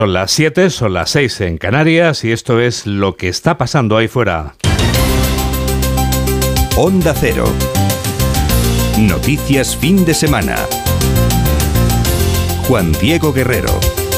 Son las 7, son las 6 en Canarias y esto es lo que está pasando ahí fuera. Onda Cero. Noticias fin de semana. Juan Diego Guerrero.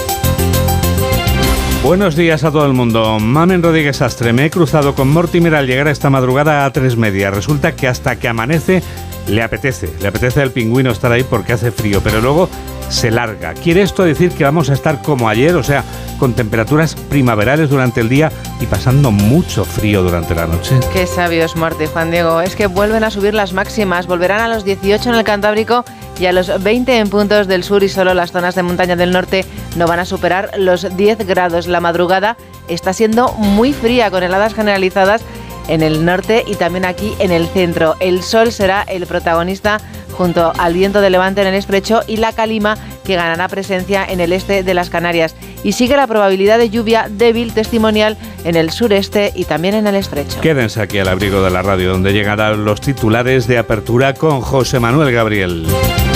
Buenos días a todo el mundo. Mamen Rodríguez Astre, me he cruzado con Mortimer al llegar esta madrugada a 3:30. Resulta que hasta que amanece le apetece al pingüino estar ahí porque hace frío, pero luego se larga. ¿Quiere esto decir que vamos a estar como ayer, o sea, con temperaturas primaverales durante el día y pasando mucho frío durante la noche? Qué sabios, Morti, Juan Diego. Es que vuelven a subir las máximas, volverán a los 18 en el Cantábrico y a los 20 en puntos del sur, y solo las zonas de montaña del norte no van a superar los 10 grados. La madrugada está siendo muy fría, con heladas generalizadas en el norte y también aquí en el centro. El sol será el protagonista junto al viento de levante en el estrecho y la calima, que ganará presencia en el este de las Canarias. Y sigue la probabilidad de lluvia débil testimonial en el sureste y también en el estrecho. Quédense aquí al abrigo de la radio, donde llegarán los titulares de apertura con José Manuel Gabriel.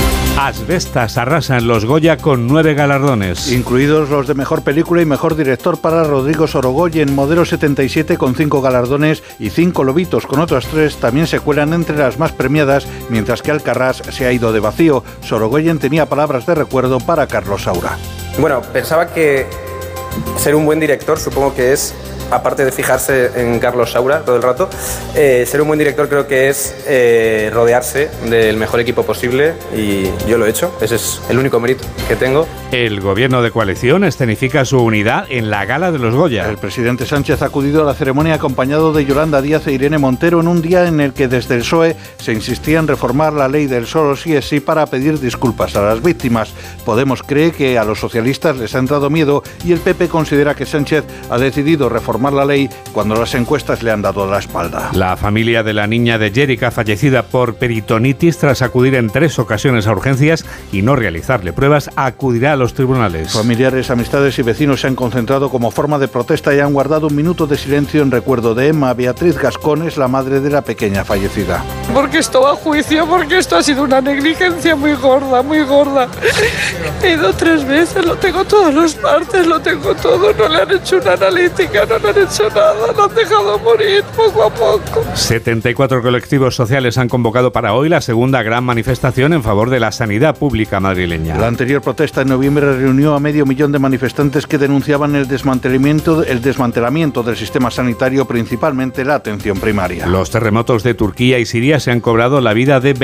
Asbestas arrasa en los Goya con 9 galardones, incluidos los de Mejor Película y Mejor Director para Rodrigo Sorogoyen. Modelo 77 con 5 galardones y 5 Lobitos con otros 3 también se cuelan entre las más premiadas, mientras que Alcarrás se ha ido de vacío. Sorogoyen tenía palabras de recuerdo para Carlos Saura. Bueno, pensaba que ser un buen director, supongo que es, aparte de fijarse en Carlos Saura todo el rato, ser un buen director creo que es rodearse del mejor equipo posible, y yo lo he hecho. Ese es el único mérito que tengo. El gobierno de coalición escenifica su unidad en la gala de los Goya. El presidente Sánchez ha acudido a la ceremonia acompañado de Yolanda Díaz e Irene Montero en un día en el que desde el PSOE se insistía en reformar la ley del solo sí es sí para pedir disculpas a las víctimas. Podemos cree que a los socialistas les ha entrado miedo y el PP considera que Sánchez ha decidido reformar la ley cuando las encuestas le han dado la espalda. La familia de la niña de Yérica, fallecida por peritonitis tras acudir en 3 ocasiones a urgencias y no realizarle pruebas, acudirá a los tribunales. Familiares, amistades y vecinos se han concentrado como forma de protesta y han guardado un minuto de silencio en recuerdo de Emma. Beatriz Gascón es la madre de la pequeña fallecida. Porque esto va a juicio, porque esto ha sido una negligencia muy gorda, muy gorda. He ido 3 veces, lo tengo todos los partes, lo tengo todo, no le han hecho una analítica, no le han hecho nada, lo han dejado morir poco a poco. 74 colectivos sociales han convocado para hoy la segunda gran manifestación en favor de la sanidad pública madrileña. La anterior protesta en noviembre reunió a 500.000 de manifestantes que denunciaban el desmantelamiento del sistema sanitario, principalmente la atención primaria. Los terremotos de Turquía y Siria se han cobrado la vida de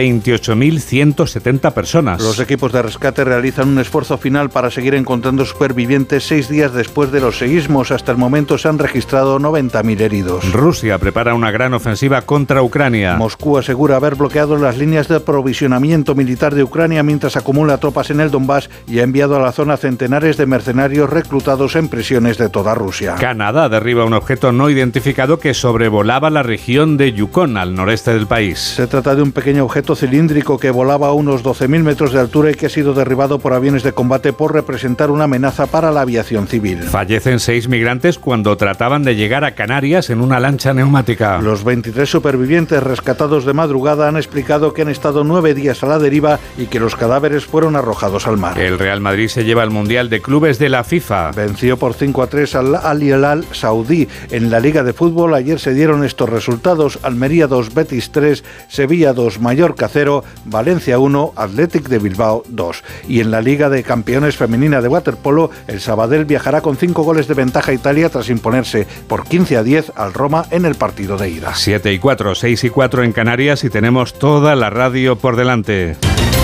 28.170 personas. Los equipos de rescate realizan un esfuerzo final para seguir encontrando supervivientes 6 días después de los seísmos. Hasta el momento se han registrado 90.000 heridos. Rusia prepara una gran ofensiva contra Ucrania. Moscú asegura haber bloqueado las líneas de aprovisionamiento militar de Ucrania mientras acumula tropas en el Donbass y ha enviado a la zona centenares de mercenarios reclutados en prisiones de toda Rusia. Canadá derriba un objeto no identificado que sobrevolaba la región de Yukon, al noreste del país. Se trata de un pequeño objeto cilíndrico que volaba a unos 12.000 metros de altura y que ha sido derribado por aviones de combate por representar una amenaza para la aviación civil. Fallecen 6 migrantes cuando trataban de llegar a Canarias en una lancha neumática. Los 23 supervivientes rescatados de madrugada han explicado que han estado 9 días a la deriva y que los cadáveres fueron arrojados al mar. El Real Madrid se lleva el Mundial de Clubes de la FIFA. Venció por 5-3 al Al-Hilal saudí. En la Liga de Fútbol ayer se dieron estos resultados: Almería 2, Betis 3, Sevilla 2, Mallorca 0, Valencia 1, Athletic de Bilbao 2. Y en la Liga de Campeones Femenina de Waterpolo, el Sabadell viajará con 5 goles de ventaja a Italia tras imponerse por 15-10 al Roma en el partido de ida. 7-4, 6-4 en Canarias y tenemos toda la radio por delante.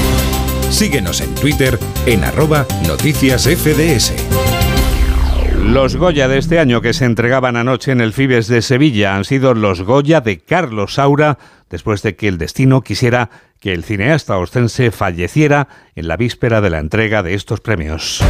Síguenos en Twitter en @noticiasfds. Los Goya de este año que se entregaban anoche en el Fibes de Sevilla han sido los Goya de Carlos Saura, después de que el destino quisiera que el cineasta ostense falleciera en la víspera de la entrega de estos premios.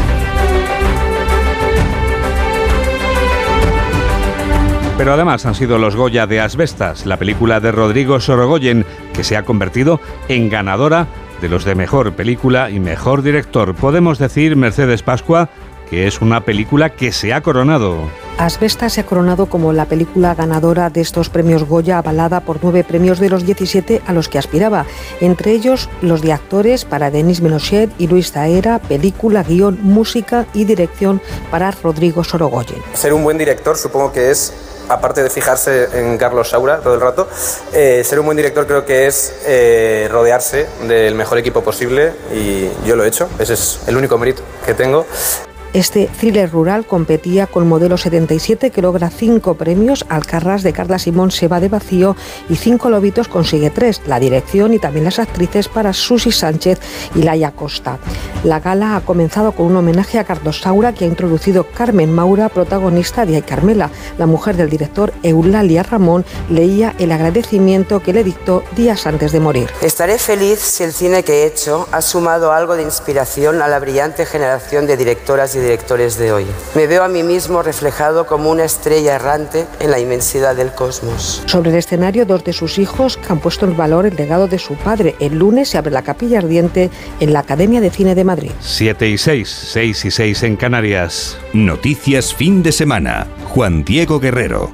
Pero además han sido los Goya de Asbestas, la película de Rodrigo Sorogoyen, que se ha convertido en ganadora de los de Mejor Película y Mejor Director. Podemos decir, Mercedes Pascua, que es una película que se ha coronado. Asbestas se ha coronado como la película ganadora de estos premios Goya, avalada por 9 premios de los 17 a los que aspiraba, entre ellos los de actores para Denis Ménochet y Luis Zaera, película, guión, música y dirección para Rodrigo Sorogoyen. Ser un buen director supongo que es, aparte de fijarse en Carlos Saura todo el rato, ser un buen director creo que es rodearse del mejor equipo posible, y yo lo he hecho, ese es el único mérito que tengo. Este thriller rural competía con Modelo 77, que logra 5 premios, Alcarrás de Carla Simón se va de vacío y 5 lobitos consigue 3, la dirección y también las actrices para Susi Sánchez y Laia Costa. La gala ha comenzado con un homenaje a Carlos Saura, que ha introducido Carmen Maura, protagonista de Ay Carmela. La mujer del director, Eulalia Ramón, leía el agradecimiento que le dictó días antes de morir. Estaré feliz si el cine que he hecho ha sumado algo de inspiración a la brillante generación de directoras y directores de hoy. Me veo a mí mismo reflejado como una estrella errante en la inmensidad del cosmos. Sobre el escenario, 2 de sus hijos que han puesto en valor el legado de su padre. El lunes se abre la Capilla Ardiente en la Academia de Cine de Madrid. 7 y 6, 6 y 6 en Canarias. Noticias fin de semana. Juan Diego Guerrero.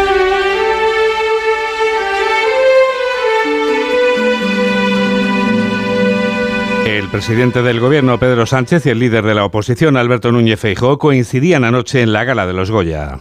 El presidente del gobierno, Pedro Sánchez, y el líder de la oposición, Alberto Núñez Feijóo, coincidían anoche en la gala de los Goya.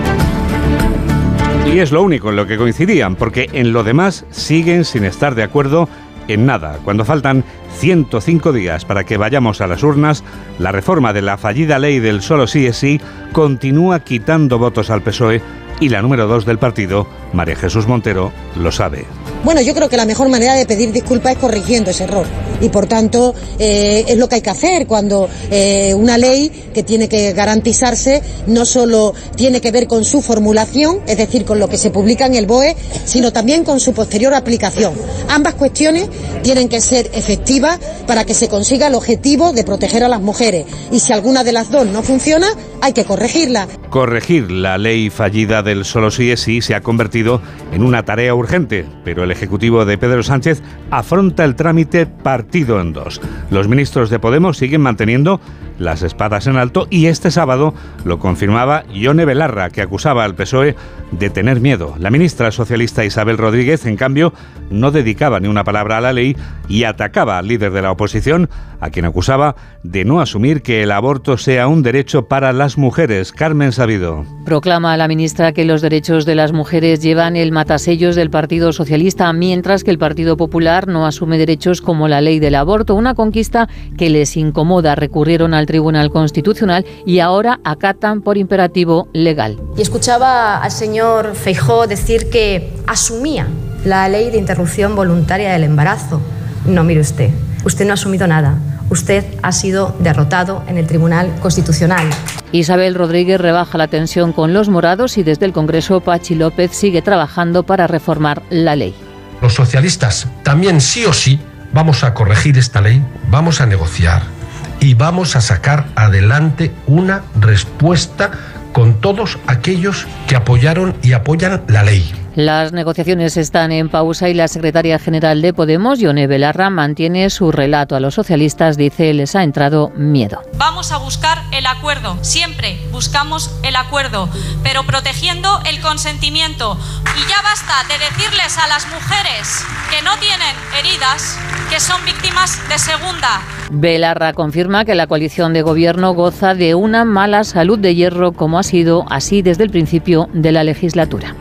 Y es lo único en lo que coincidían, porque en lo demás siguen sin estar de acuerdo en nada. Cuando faltan 105 días para que vayamos a las urnas, la reforma de la fallida ley del solo sí es sí continúa quitando votos al PSOE, y la número 2 del partido, María Jesús Montero, lo sabe. Bueno, yo creo que la mejor manera de pedir disculpas es corrigiendo ese error. Y por tanto, es lo que hay que hacer cuando una ley que tiene que garantizarse no solo tiene que ver con su formulación, es decir, con lo que se publica en el BOE, sino también con su posterior aplicación. Ambas cuestiones tienen que ser efectivas para que se consiga el objetivo de proteger a las mujeres. Y si alguna de las dos no funciona, hay que corregirla. Corregir la ley fallida del solo sí es sí se ha convertido en una tarea urgente, pero el Ejecutivo de Pedro Sánchez afronta el trámite partido en 2. Los ministros de Podemos siguen manteniendo las espadas en alto, y este sábado lo confirmaba Ione Belarra, que acusaba al PSOE de tener miedo. La ministra socialista Isabel Rodríguez, en cambio, no dedicaba ni una palabra a la ley y atacaba al líder de la oposición, a quien acusaba de no asumir que el aborto sea un derecho para las mujeres. Carmen Sabido. Proclama la ministra que los derechos de las mujeres llevan el matasellos del Partido Socialista, mientras que el Partido Popular no asume derechos como la ley del aborto, una conquista que les incomoda. Recurrieron al Tribunal Constitucional y ahora acatan por imperativo legal. Y escuchaba al señor Feijóo decir que asumía la ley de interrupción voluntaria del embarazo. No, mire usted no ha asumido nada. Usted ha sido derrotado en el Tribunal Constitucional. Isabel Rodríguez rebaja la tensión con los morados y desde el Congreso Patxi López sigue trabajando para reformar la ley. Los socialistas también sí o sí vamos a corregir esta ley, vamos a negociar y vamos a sacar adelante una respuesta con todos aquellos que apoyaron y apoyan la ley. Las negociaciones están en pausa y la secretaria general de Podemos, Ione Belarra, mantiene su relato a los socialistas. Dice, les ha entrado miedo. Vamos a buscar el acuerdo, siempre buscamos el acuerdo, pero protegiendo el consentimiento. Y ya basta de decirles a las mujeres que no tienen heridas, que son víctimas de segunda. Belarra confirma que la coalición de gobierno goza de una mala salud de hierro, como ha sido así desde el principio de la legislatura.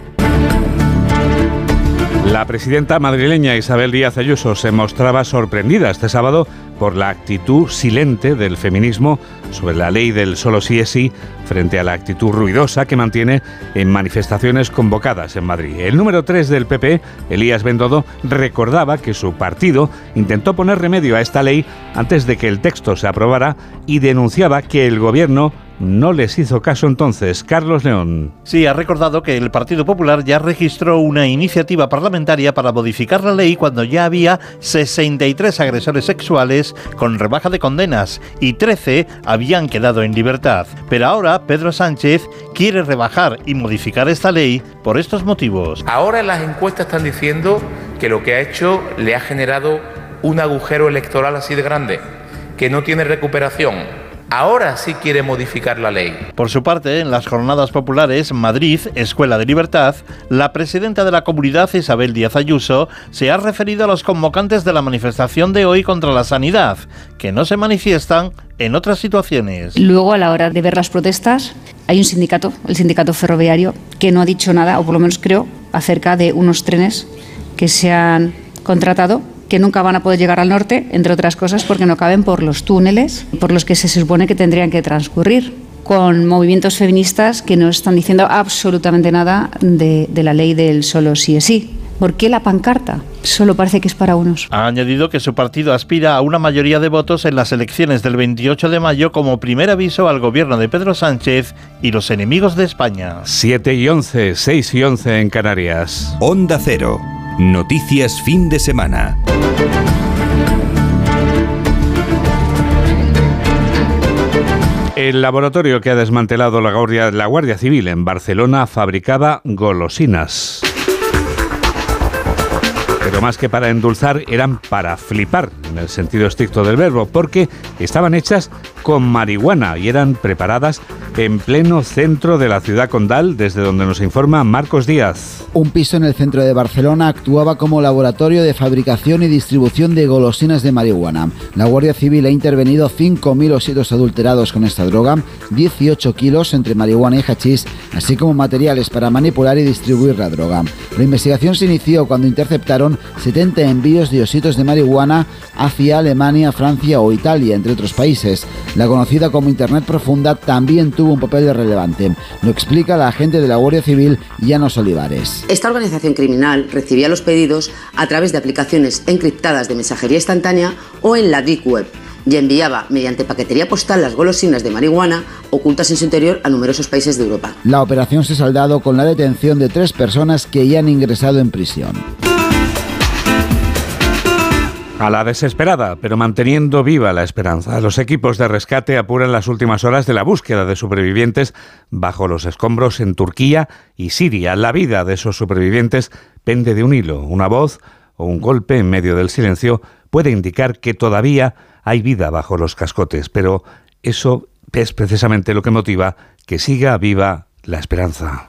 La presidenta madrileña Isabel Díaz Ayuso se mostraba sorprendida este sábado por la actitud silente del feminismo sobre la ley del solo sí es sí, frente a la actitud ruidosa que mantiene en manifestaciones convocadas en Madrid. El número 3 del PP, Elías Bendodo, recordaba que su partido intentó poner remedio a esta ley antes de que el texto se aprobara y denunciaba que el gobierno no les hizo caso entonces. Carlos León. Sí, ha recordado que el Partido Popular ya registró una iniciativa parlamentaria para modificar la ley cuando ya había 63 agresores sexuales con rebaja de condenas y 13 habían quedado en libertad. Pero ahora Pedro Sánchez quiere rebajar y modificar esta ley por estos motivos. Ahora en las encuestas están diciendo que lo que ha hecho le ha generado un agujero electoral así de grande, que no tiene recuperación. ahora sí quiere modificar la ley. Por su parte, en las jornadas populares Madrid, Escuela de Libertad, la presidenta de la comunidad, Isabel Díaz Ayuso, se ha referido a los convocantes de la manifestación de hoy contra la sanidad, que no se manifiestan en otras situaciones. Luego, a la hora de ver las protestas, hay un sindicato, el sindicato ferroviario, que no ha dicho nada, o por lo menos creo, acerca de unos trenes que se han contratado, que nunca van a poder llegar al norte, entre otras cosas porque no caben por los túneles por los que se supone que tendrían que transcurrir, con movimientos feministas que no están diciendo absolutamente nada de la ley del solo sí es sí. ¿Por qué la pancarta? Solo parece que es para unos. Ha añadido que su partido aspira a una mayoría de votos en las elecciones del 28 de mayo como primer aviso al gobierno de Pedro Sánchez y los enemigos de España. 7:11, 6:11 en Canarias. Onda Cero. Noticias fin de semana. El laboratorio que ha desmantelado la Guardia Civil en Barcelona fabricaba golosinas. Pero más que para endulzar, eran para flipar, en el sentido estricto del verbo, porque estaban hechas con marihuana y eran preparadas en pleno centro de la ciudad condal, desde donde nos informa Marcos Díaz. Un piso en el centro de Barcelona actuaba como laboratorio de fabricación y distribución de golosinas de marihuana. La Guardia Civil ha intervenido 5.000 ositos adulterados con esta droga, 18 kilos entre marihuana y hachís, así como materiales para manipular y distribuir la droga. La investigación se inició cuando interceptaron 70 envíos de ositos de marihuana hacia Alemania, Francia o Italia, entre otros países. La conocida como Internet Profunda también tuvo un papel relevante. Lo explica la agente de la Guardia Civil, Llanos Olivares. Esta organización criminal recibía los pedidos a través de aplicaciones encriptadas de mensajería instantánea o en la Deep Web y enviaba mediante paquetería postal las golosinas de marihuana ocultas en su interior a numerosos países de Europa. La operación se ha saldado con la detención de 3 personas que ya han ingresado en prisión. A la desesperada, pero manteniendo viva la esperanza, los equipos de rescate apuran las últimas horas de la búsqueda de supervivientes bajo los escombros en Turquía y Siria. La vida de esos supervivientes pende de un hilo. Una voz o un golpe en medio del silencio puede indicar que todavía hay vida bajo los cascotes, pero eso es precisamente lo que motiva que siga viva la esperanza.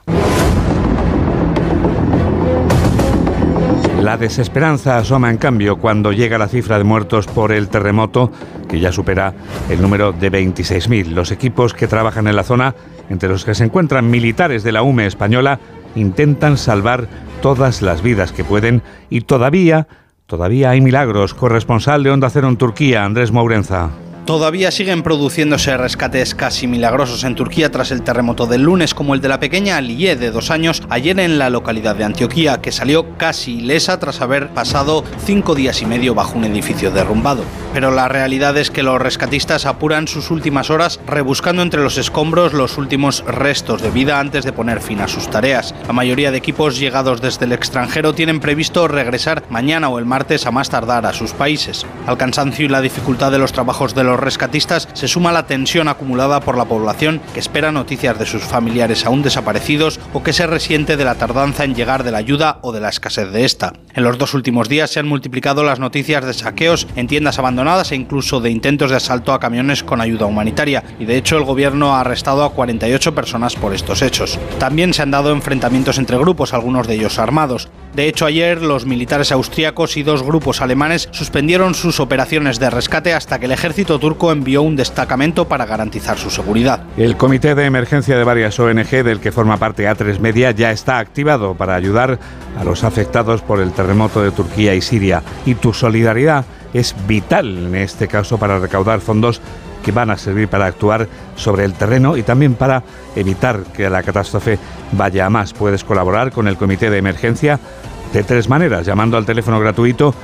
La desesperanza asoma, en cambio, cuando llega la cifra de muertos por el terremoto, que ya supera el número de 26.000. Los equipos que trabajan en la zona, entre los que se encuentran militares de la UME española, intentan salvar todas las vidas que pueden y todavía hay milagros. Corresponsal de Onda Cero en Turquía, Andrés Mourenza. Todavía siguen produciéndose rescates casi milagrosos en Turquía tras el terremoto del lunes, como el de la pequeña Aliye de 2 años ayer en la localidad de Antioquía, que salió casi ilesa tras haber pasado 5 días y medio bajo un edificio derrumbado. Pero la realidad es que los rescatistas apuran sus últimas horas rebuscando entre los escombros los últimos restos de vida antes de poner fin a sus tareas. La mayoría de equipos llegados desde el extranjero tienen previsto regresar mañana o el martes a más tardar a sus países. Al cansancio y la dificultad de los trabajos de los rescatistas se suma la tensión acumulada por la población que espera noticias de sus familiares aún desaparecidos o que se resiente de la tardanza en llegar de la ayuda o de la escasez de esta. En los 2 últimos días se han multiplicado las noticias de saqueos en tiendas abandonadas e incluso de intentos de asalto a camiones con ayuda humanitaria, y de hecho el gobierno ha arrestado a 48 personas por estos hechos. También se han dado enfrentamientos entre grupos, algunos de ellos armados. De hecho, ayer los militares austríacos y 2 grupos alemanes suspendieron sus operaciones de rescate hasta que el ejército turco envió un destacamento para garantizar su seguridad. El comité de emergencia de varias ONG, del que forma parte A3 Media, ya está activado para ayudar a los afectados por el terremoto de Turquía y Siria. Y tu solidaridad es vital en este caso para recaudar fondos que van a servir para actuar sobre el terreno y también para evitar que la catástrofe vaya a más. Puedes colaborar con el comité de emergencia de 3 maneras, llamando al teléfono gratuito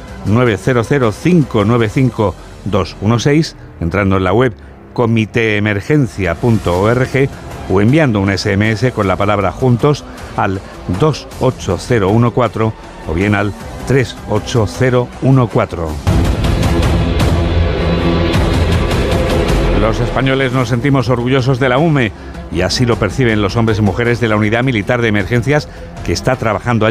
900-595-216, entrando en la web comiteemergencia.org o enviando un SMS con la palabra juntos al 28014 o bien al 38014. Los españoles nos sentimos orgullosos de la UME y así lo perciben los hombres y mujeres de la Unidad Militar de Emergencias que está trabajando allí.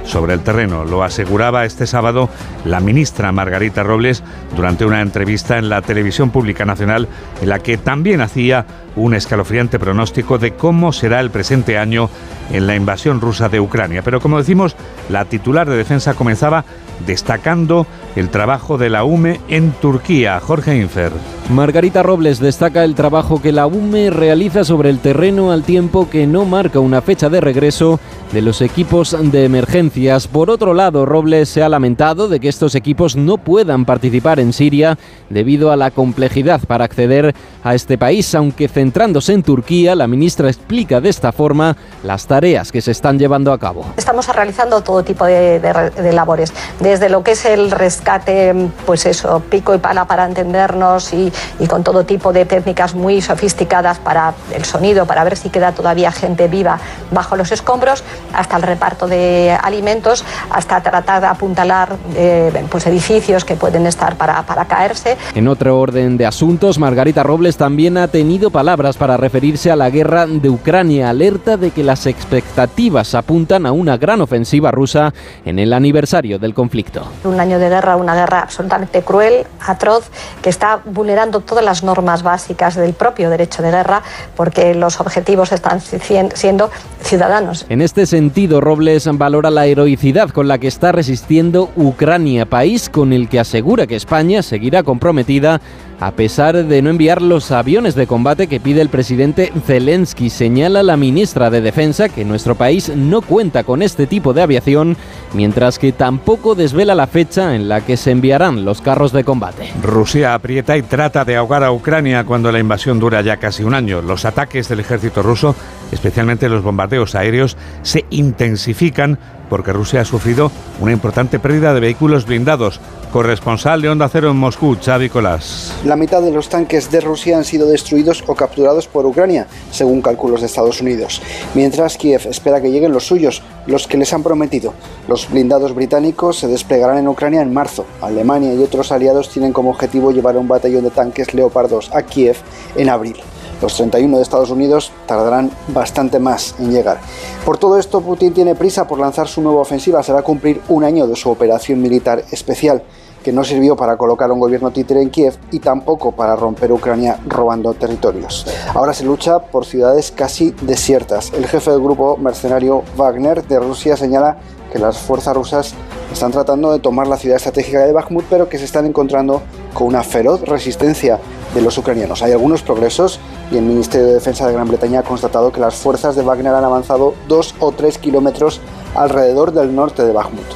sobre el terreno. Lo aseguraba este sábado la ministra Margarita Robles durante una entrevista en la Televisión Pública Nacional, en la que también hacía un escalofriante pronóstico de cómo será el presente año en la invasión rusa de Ucrania. Pero como decimos, la titular de Defensa comenzaba destacando el trabajo de la UME en Turquía. Jorge Infer. Margarita Robles destaca el trabajo que la UME realiza sobre el terreno, al tiempo que no marca una fecha de regreso de los equipos de emergencias. Por otro lado, Robles se ha lamentado de que estos equipos no puedan participar en Siria debido a la complejidad para acceder a este país, aunque centrándose en Turquía, la ministra explica de esta forma las tareas que se están llevando a cabo. Estamos realizando todo tipo de labores, desde lo que es el rescate, pues eso, pico y pala para entendernos y con todo tipo de técnicas muy sofisticadas para el sonido, para ver si queda todavía gente viva bajo los escombros, hasta el reparto de alimentos, hasta tratar de apuntalar pues edificios que pueden estar para caerse. En otro orden de asuntos, Margarita Robles también ha tenido palabras para referirse a la guerra de Ucrania, alerta de que las expectativas apuntan a una gran ofensiva rusa en el aniversario del conflicto. Un año de guerra, una guerra absolutamente cruel, atroz, que está vulnerando todas las normas básicas del propio derecho de guerra, porque los objetivos están siendo ciudadanos. En este sentido, Robles valora la heroicidad con la que está resistiendo Ucrania, país con el que asegura que España seguirá comprometida a pesar de no enviar los aviones de combate que pide el presidente Zelensky. Señala la ministra de Defensa que nuestro país no cuenta con este tipo de aviación, mientras que tampoco desvela la fecha en la que se enviarán los carros de combate. Rusia aprieta y trata de ahogar a Ucrania cuando la invasión dura ya casi un año. Los ataques del ejército ruso, especialmente los bombardeos aéreos, se intensifican porque Rusia ha sufrido una importante pérdida de vehículos blindados. Corresponsal de Onda Cero en Moscú, Xavi Colás. La mitad de los tanques de Rusia han sido destruidos o capturados por Ucrania, según cálculos de Estados Unidos. Mientras Kiev espera que lleguen los suyos, los que les han prometido. Los blindados británicos se desplegarán en Ucrania en marzo. Alemania y otros aliados tienen como objetivo llevar un batallón de tanques Leopard 2 a Kiev en abril. Los 31 de Estados Unidos tardarán bastante más en llegar. Por todo esto, Putin tiene prisa por lanzar su nueva ofensiva. Se va a cumplir un año de su operación militar especial, que no sirvió para colocar un gobierno títere en Kiev y tampoco para romper Ucrania robando territorios. Ahora se lucha por ciudades casi desiertas. El jefe del grupo mercenario Wagner de Rusia señala que las fuerzas rusas están tratando de tomar la ciudad estratégica de Bakhmut, pero que se están encontrando con una feroz resistencia de los ucranianos. Hay algunos progresos y el Ministerio de Defensa de Gran Bretaña ha constatado que las fuerzas de Wagner han avanzado 2 o 3 kilómetros alrededor del norte de Bakhmut.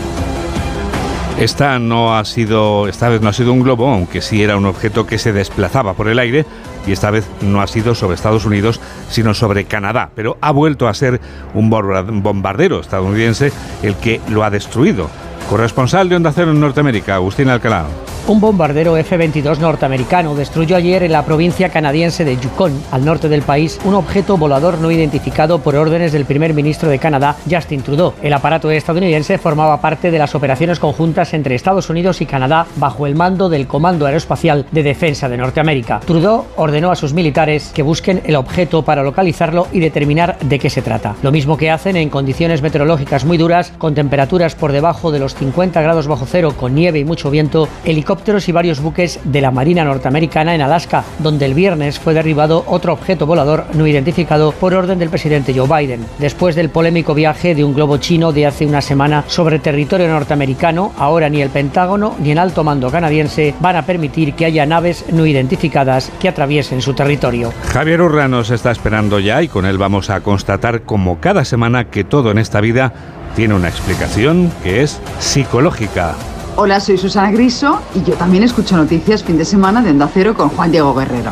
Esta vez no ha sido un globo, aunque sí era un objeto que se desplazaba por el aire, y esta vez no ha sido sobre Estados Unidos, sino sobre Canadá, pero ha vuelto a ser un bombardero estadounidense el que lo ha destruido. Corresponsal de Onda Cero en Norteamérica, Agustín Alcalá. Un bombardero F-22 norteamericano destruyó ayer en la provincia canadiense de Yukon, al norte del país, un objeto volador no identificado por órdenes del primer ministro de Canadá, Justin Trudeau. El aparato estadounidense formaba parte de las operaciones conjuntas entre Estados Unidos y Canadá bajo el mando del Comando Aeroespacial de Defensa de Norteamérica. Trudeau ordenó a sus militares que busquen el objeto para localizarlo y determinar de qué se trata. Lo mismo que hacen en condiciones meteorológicas muy duras, con temperaturas por debajo de los 50 grados bajo cero, con nieve y mucho viento, helicópteros y varios buques de la Marina norteamericana en Alaska, donde el viernes fue derribado otro objeto volador no identificado por orden del presidente Joe Biden. Después del polémico viaje de un globo chino de hace una semana sobre territorio norteamericano, ahora ni el Pentágono ni el alto mando canadiense van a permitir que haya naves no identificadas que atraviesen su territorio. Javier Urra nos está esperando ya y con él vamos a constatar, como cada semana, que todo en esta vida tiene una explicación que es psicológica. Hola, soy Susana Griso y yo también escucho noticias fin de semana de Onda Cero con Juan Diego Guerrero.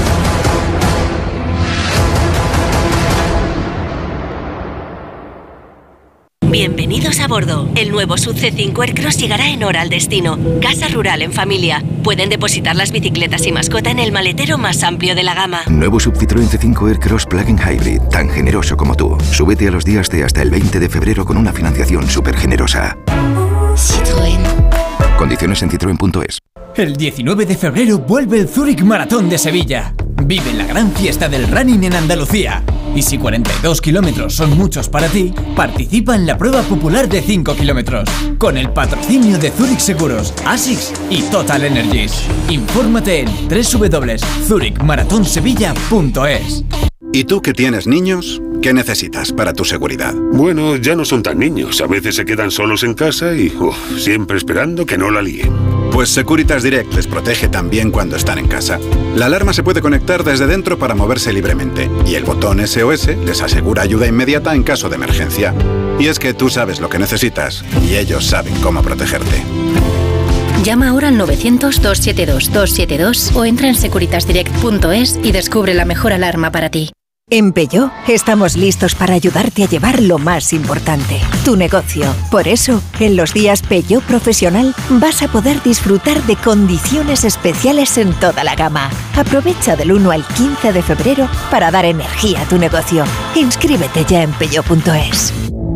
Bienvenidos a bordo. El nuevo SUV C5 Aircross llegará en hora al destino. Casa rural en familia. Pueden depositar las bicicletas y mascota en el maletero más amplio de la gama. Nuevo SUV Citroën C5 Aircross Plug-in Hybrid, tan generoso como tú. Súbete a los días de hasta el 20 de febrero con una financiación súper generosa. Citroën. Condiciones en citroen.es. El 19 de febrero vuelve el Zurich Maratón de Sevilla. Vive la gran fiesta del running en Andalucía. Y si 42 kilómetros son muchos para ti, participa en la prueba popular de 5 kilómetros, con el patrocinio de Zurich Seguros, ASICS y Total Energies. Infórmate en www.zurichmaratonsevilla.es. ¿Y tú que tienes niños? ¿Qué necesitas para tu seguridad? Bueno, ya no son tan niños. A veces se quedan solos en casa y siempre esperando que no la líen. Pues Securitas Direct les protege también cuando están en casa. La alarma se puede conectar desde dentro para moverse libremente y el botón SOS les asegura ayuda inmediata en caso de emergencia. Y es que tú sabes lo que necesitas y ellos saben cómo protegerte. Llama ahora al 900-272-272 o entra en securitasdirect.es y descubre la mejor alarma para ti. En Peugeot estamos listos para ayudarte a llevar lo más importante, tu negocio. Por eso, en los días Peugeot Profesional vas a poder disfrutar de condiciones especiales en toda la gama. Aprovecha del 1 al 15 de febrero para dar energía a tu negocio. Inscríbete ya en peugeot.es.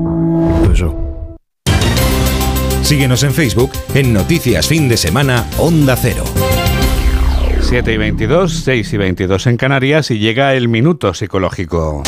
Síguenos en Facebook en Noticias Fin de Semana Onda Cero. 7 y 22, 6 y 22 en Canarias y llega el Minuto Psicológico.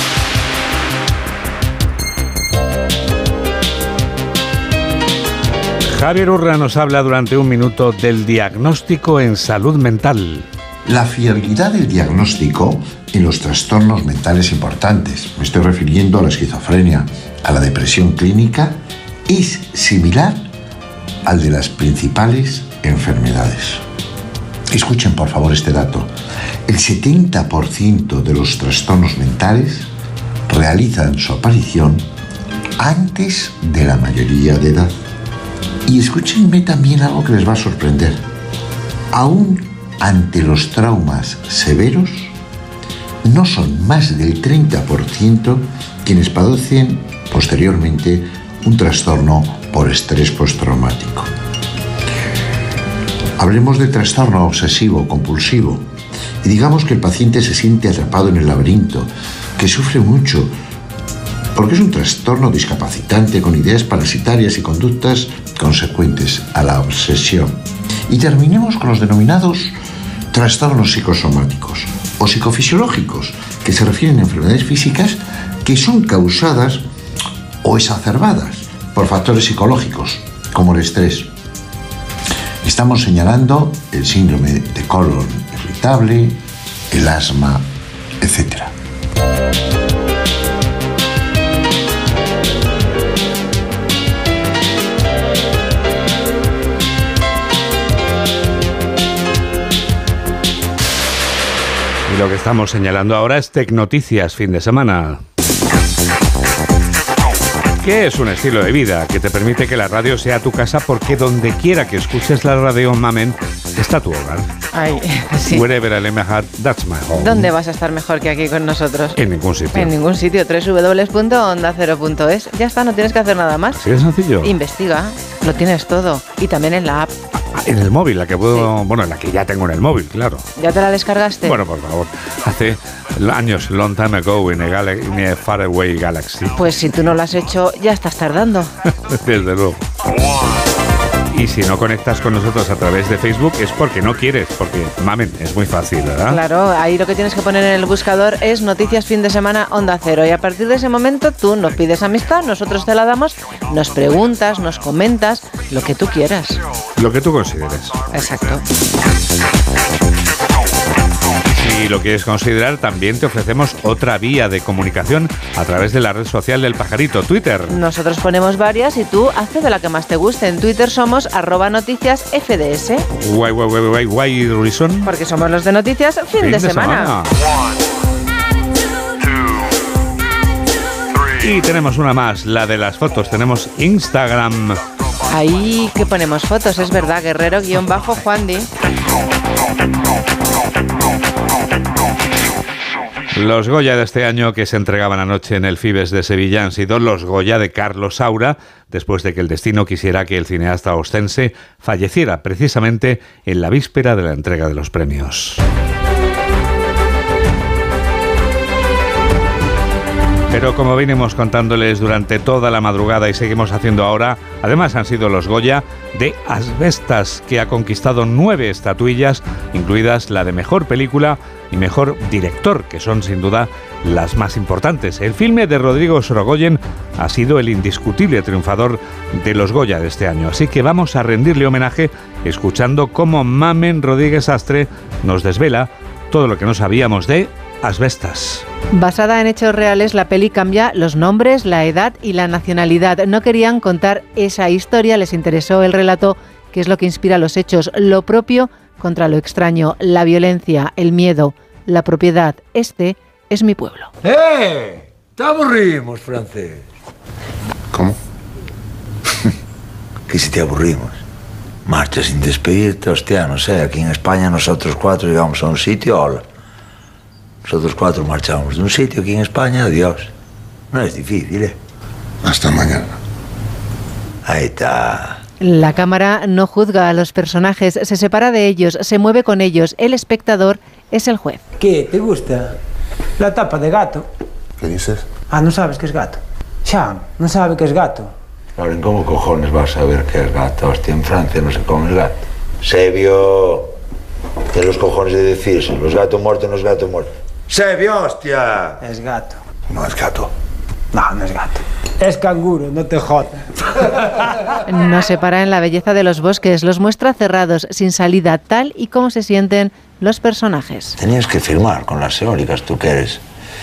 Javier Urra nos habla durante un minuto del diagnóstico en salud mental. La fiabilidad del diagnóstico en los trastornos mentales importantes, me estoy refiriendo a la esquizofrenia, a la depresión clínica, es similar al de las principales enfermedades. Escuchen por favor este dato. El 70% de los trastornos mentales realizan su aparición antes de la mayoría de edad. Y escúchenme también algo que les va a sorprender. Aún ante los traumas severos, no son más del 30% quienes padecen posteriormente un trastorno por estrés postraumático. Hablemos de trastorno obsesivo compulsivo y digamos que el paciente se siente atrapado en el laberinto, que sufre mucho porque es un trastorno discapacitante con ideas parasitarias y conductas consecuentes a la obsesión. Y terminemos con los denominados trastornos psicosomáticos o psicofisiológicos, que se refieren a enfermedades físicas que son causadas o exacerbadas por factores psicológicos como el estrés. Estamos señalando el síndrome de colon irritable, el asma, etc. Y lo que estamos señalando ahora es Tecnoticias Fin de Semana. ¿Qué es un estilo de vida que te permite que la radio sea tu casa? Porque donde quiera que escuches la radio, mamen, está tu hogar. Ay, sí. Wherever I lay my heart, that's my home. ¿Dónde vas a estar mejor que aquí con nosotros? En ningún sitio. En ningún sitio. www.ondacero.es. Ya está, no tienes que hacer nada más. ¿Sí es sencillo? Investiga, lo tienes todo. Y también en la app. En el móvil, la que puedo... Sí. Bueno, la que ya tengo en el móvil, claro. ¿Ya te la descargaste? Bueno, por favor. Hace años, long time ago, in a faraway galaxy. Pues si tú no lo has hecho, ya estás tardando. Desde luego. Y si no conectas con nosotros a través de Facebook es porque no quieres, porque, mamen, es muy fácil, ¿verdad? Claro, ahí lo que tienes que poner en el buscador es Noticias Fin de Semana Onda Cero. Y a partir de ese momento tú nos pides amistad, nosotros te la damos, nos preguntas, nos comentas, lo que tú quieras. Lo que tú consideres. Exacto. Si lo quieres considerar, también te ofrecemos otra vía de comunicación a través de la red social del pajarito, Twitter. Nosotros ponemos varias y tú haces de la que más te guste. En Twitter somos @noticiasfds. Why reason? Porque somos los de Noticias Fin de Semana. Y tenemos una más, la de las fotos. Tenemos Instagram. Ahí que ponemos fotos, es verdad, Guerrero_Juandi. Los Goya de este año que se entregaban anoche en el Fibes de Sevilla han sido los Goya de Carlos Saura, después de que el destino quisiera que el cineasta ostense falleciera precisamente en la víspera de la entrega de los premios. Pero como venimos contándoles durante toda la madrugada y seguimos haciendo ahora, además han sido los Goya de Asbestas, que ha conquistado 9 estatuillas, incluidas la de Mejor Película y mejor director, que son sin duda las más importantes. El filme de Rodrigo Sorogoyen ha sido el indiscutible triunfador de los Goya de este año, así que vamos a rendirle homenaje escuchando cómo Mamen Rodríguez Astre nos desvela todo lo que no sabíamos de Asbestas. Basada en hechos reales, la peli cambia los nombres, la edad y la nacionalidad. No querían contar esa historia, les interesó el relato, que es lo que inspira los hechos, lo propio contra lo extraño, la violencia, el miedo, la propiedad. Este es mi pueblo. Te aburrimos, francés. ¿Cómo? Que si te aburrimos. Marcha sin despedirte, hostia, no sé. Aquí en España nosotros 4 llegamos a un sitio, hola. Nosotros 4 marchamos de un sitio aquí en España, adiós. No es difícil, ¿eh? Hasta mañana. Ahí está. La cámara no juzga a los personajes, se separa de ellos, se mueve con ellos. El espectador es el juez. ¿Qué? ¿Te gusta? La tapa de gato. ¿Qué dices? Ah, ¿no sabes qué es gato? Sean, ¿no sabe qué es gato? Lauren, ¿cómo cojones vas a saber qué es gato? Hostia, en Francia no se come el gato. Sebio, tiene los cojones de decirse, los gatos muertos no es gato muerto. Sebio, hostia. Es gato. No es gato. No, no es gato. Es canguro, no te jodas. No se para en la belleza de los bosques, los muestra cerrados, sin salida, tal y como se sienten los personajes. Tenías que firmar con las eólicas, tú que eres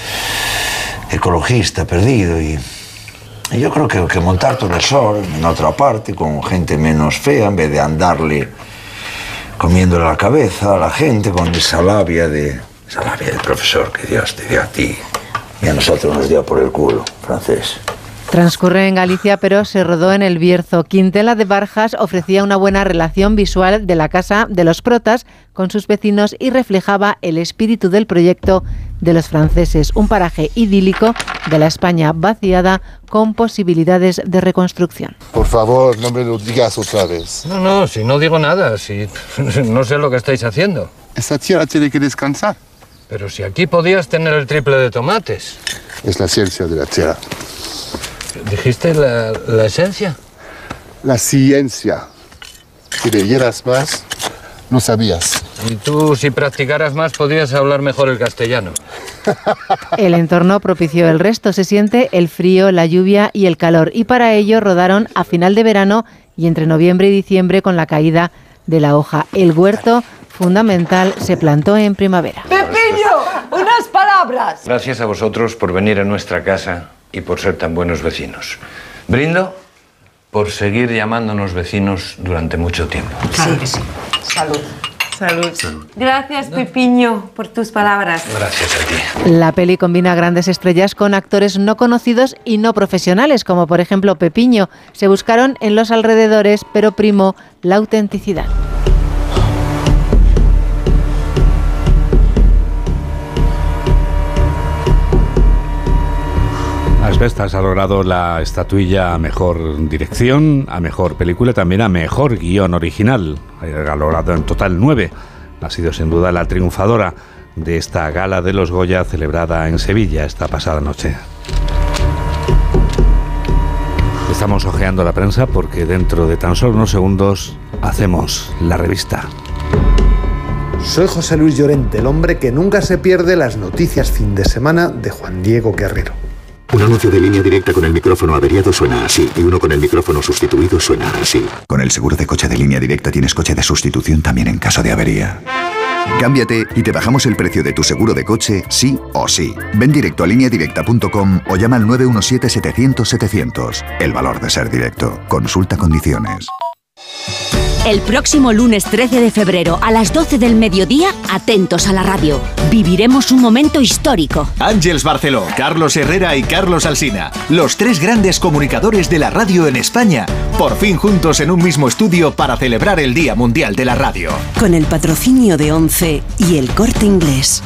ecologista perdido y yo creo que montarte en el sol, en otra parte, con gente menos fea, en vez de andarle comiéndole la cabeza a la gente con esa labia del profesor que Dios te dio a ti y a nosotros nos dio por el culo, francés. Transcurre en Galicia, pero se rodó en El Bierzo. Quintela de Barjas ofrecía una buena relación visual de la casa de los protas con sus vecinos y reflejaba el espíritu del proyecto de los franceses, un paraje idílico de la España vaciada con posibilidades de reconstrucción. Por favor, no me lo digas otra vez. No, si no digo nada, si no sé lo que estáis haciendo. Esta tierra tiene que descansar. Pero si aquí podías tener el triple de tomates. Es la ciencia de la tierra. ¿Dijiste la esencia? La ciencia. Si leyeras más, no sabías. Y tú, si practicaras más, podrías hablar mejor el castellano. El entorno propició el resto. Se siente el frío, la lluvia y el calor. Y para ello rodaron a final de verano y entre noviembre y diciembre con la caída de la hoja. El huerto fundamental se plantó en primavera. ¡Pepillo! ¡Unas palabras! Gracias a vosotros por venir a nuestra casa y por ser tan buenos vecinos. Brindo por seguir llamándonos vecinos durante mucho tiempo. Claro que sí. Salud. Salud. Gracias, Pepiño, por tus palabras. Gracias a ti. La peli combina grandes estrellas con actores no conocidos y no profesionales, como por ejemplo Pepiño. Se buscaron en los alrededores, pero primó la autenticidad. Asbestas ha logrado la estatuilla a mejor dirección, a mejor película, también a mejor guión original. Ha logrado en total 9. Ha sido sin duda la triunfadora de esta gala de los Goya celebrada en Sevilla esta pasada noche. Estamos hojeando la prensa porque dentro de tan solo unos segundos hacemos la revista. Soy José Luis Llorente, el hombre que nunca se pierde las noticias fin de semana de Juan Diego Guerrero. Un anuncio de Línea Directa con el micrófono averiado suena así, y uno con el micrófono sustituido suena así. Con el seguro de coche de Línea Directa tienes coche de sustitución también en caso de avería. Cámbiate y te bajamos el precio de tu seguro de coche, sí o sí. Ven directo a lineadirecta.com o llama al 917-700-700. El valor de ser directo. Consulta condiciones. El próximo lunes 13 de febrero a las 12 del mediodía, atentos a la radio. Viviremos un momento histórico. Àngels Barceló, Carlos Herrera y Carlos Alsina, los 3 grandes comunicadores de la radio en España, por fin juntos en un mismo estudio para celebrar el Día Mundial de la Radio. Con el patrocinio de ONCE y El Corte Inglés.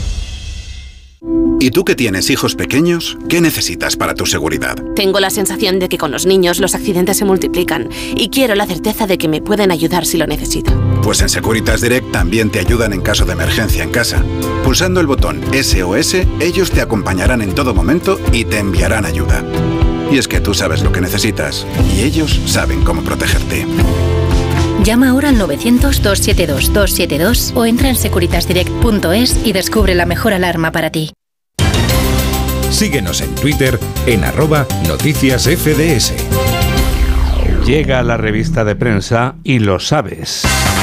¿Y tú que tienes hijos pequeños? ¿Qué necesitas para tu seguridad? Tengo la sensación de que con los niños los accidentes se multiplican y quiero la certeza de que me pueden ayudar si lo necesito. Pues en Securitas Direct también te ayudan en caso de emergencia en casa. Pulsando el botón SOS, ellos te acompañarán en todo momento y te enviarán ayuda. Y es que tú sabes lo que necesitas y ellos saben cómo protegerte. Llama ahora al 900-272-272 o entra en securitasdirect.es y descubre la mejor alarma para ti. Síguenos en Twitter en @noticiasfds. Llega la revista de prensa y lo sabes.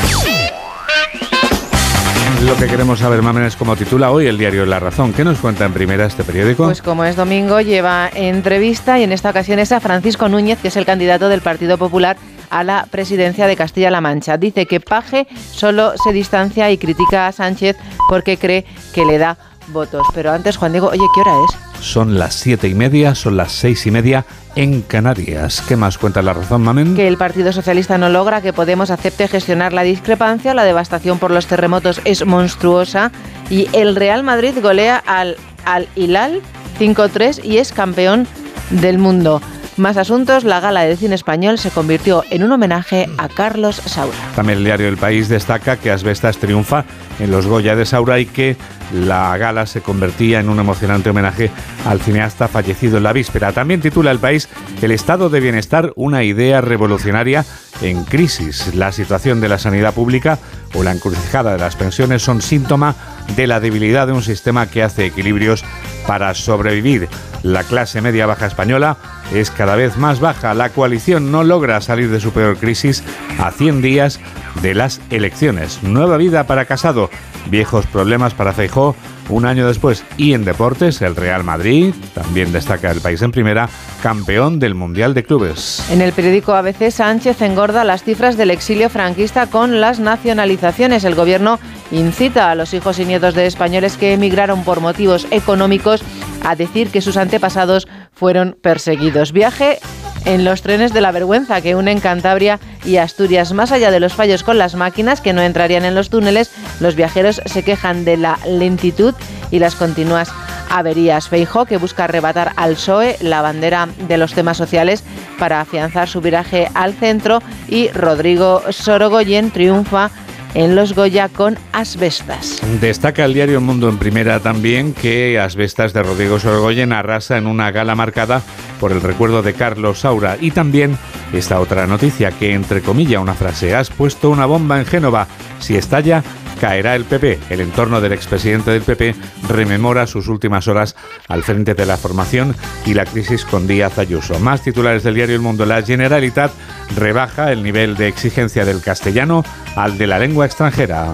Lo que queremos saber, Mamen, es como titula hoy el diario La Razón. ¿Qué nos cuenta en primera este periódico? Pues como es domingo, lleva entrevista y en esta ocasión es a Francisco Núñez, que es el candidato del Partido Popular a la presidencia de Castilla-La Mancha. Dice que Paje solo se distancia y critica a Sánchez porque cree que le da votos. Pero antes, Juan Diego, oye, ¿qué hora es? Son las 7:30, son las 6:30 en Canarias. ¿Qué más cuenta La Razón, Mamen? Que el Partido Socialista no logra que Podemos acepte gestionar la discrepancia, la devastación por los terremotos es monstruosa y el Real Madrid golea al Hilal 5-3 y es campeón del mundo. Más asuntos, la gala del cine español se convirtió en un homenaje a Carlos Saura. También el diario El País destaca que Asbestas triunfa en los Goya de Saura y que la gala se convertía en un emocionante homenaje al cineasta fallecido en la víspera. También titula El País: el estado de bienestar, una idea revolucionaria en crisis. La situación de la sanidad pública o la encrucijada de las pensiones son síntoma de la debilidad de un sistema que hace equilibrios para sobrevivir. La clase media baja española es cada vez más baja. La coalición no logra salir de su peor crisis a 100 días de las elecciones. Nueva vida para Casado, viejos problemas para Feijóo un año después. Y en deportes, el Real Madrid, también destaca El País en primera, campeón del Mundial de Clubes. En el periódico ABC, Sánchez engorda las cifras del exilio franquista con las nacionalizaciones. El gobierno incita a los hijos y nietos de españoles que emigraron por motivos económicos a decir que sus antepasados fueron perseguidos. Viaje en los trenes de la vergüenza que unen Cantabria y Asturias. Más allá de los fallos con las máquinas que no entrarían en los túneles, los viajeros se quejan de la lentitud y las continuas averías. Feijóo, que busca arrebatar al PSOE la bandera de los temas sociales para afianzar su viraje al centro, y Rodrigo Sorogoyen triunfa en los Goya con Asbestas. Destaca el diario El Mundo en primera también que Asbestas de Rodrigo Sorogoyen arrasa en una gala marcada por el recuerdo de Carlos Saura. Y también esta otra noticia que, entre comillas, una frase: has puesto una bomba en Génova, si estalla caerá el PP. El entorno del expresidente del PP rememora sus últimas horas al frente de la formación y la crisis con Díaz Ayuso. Más titulares del diario El Mundo. La Generalitat rebaja el nivel de exigencia del castellano al de la lengua extranjera.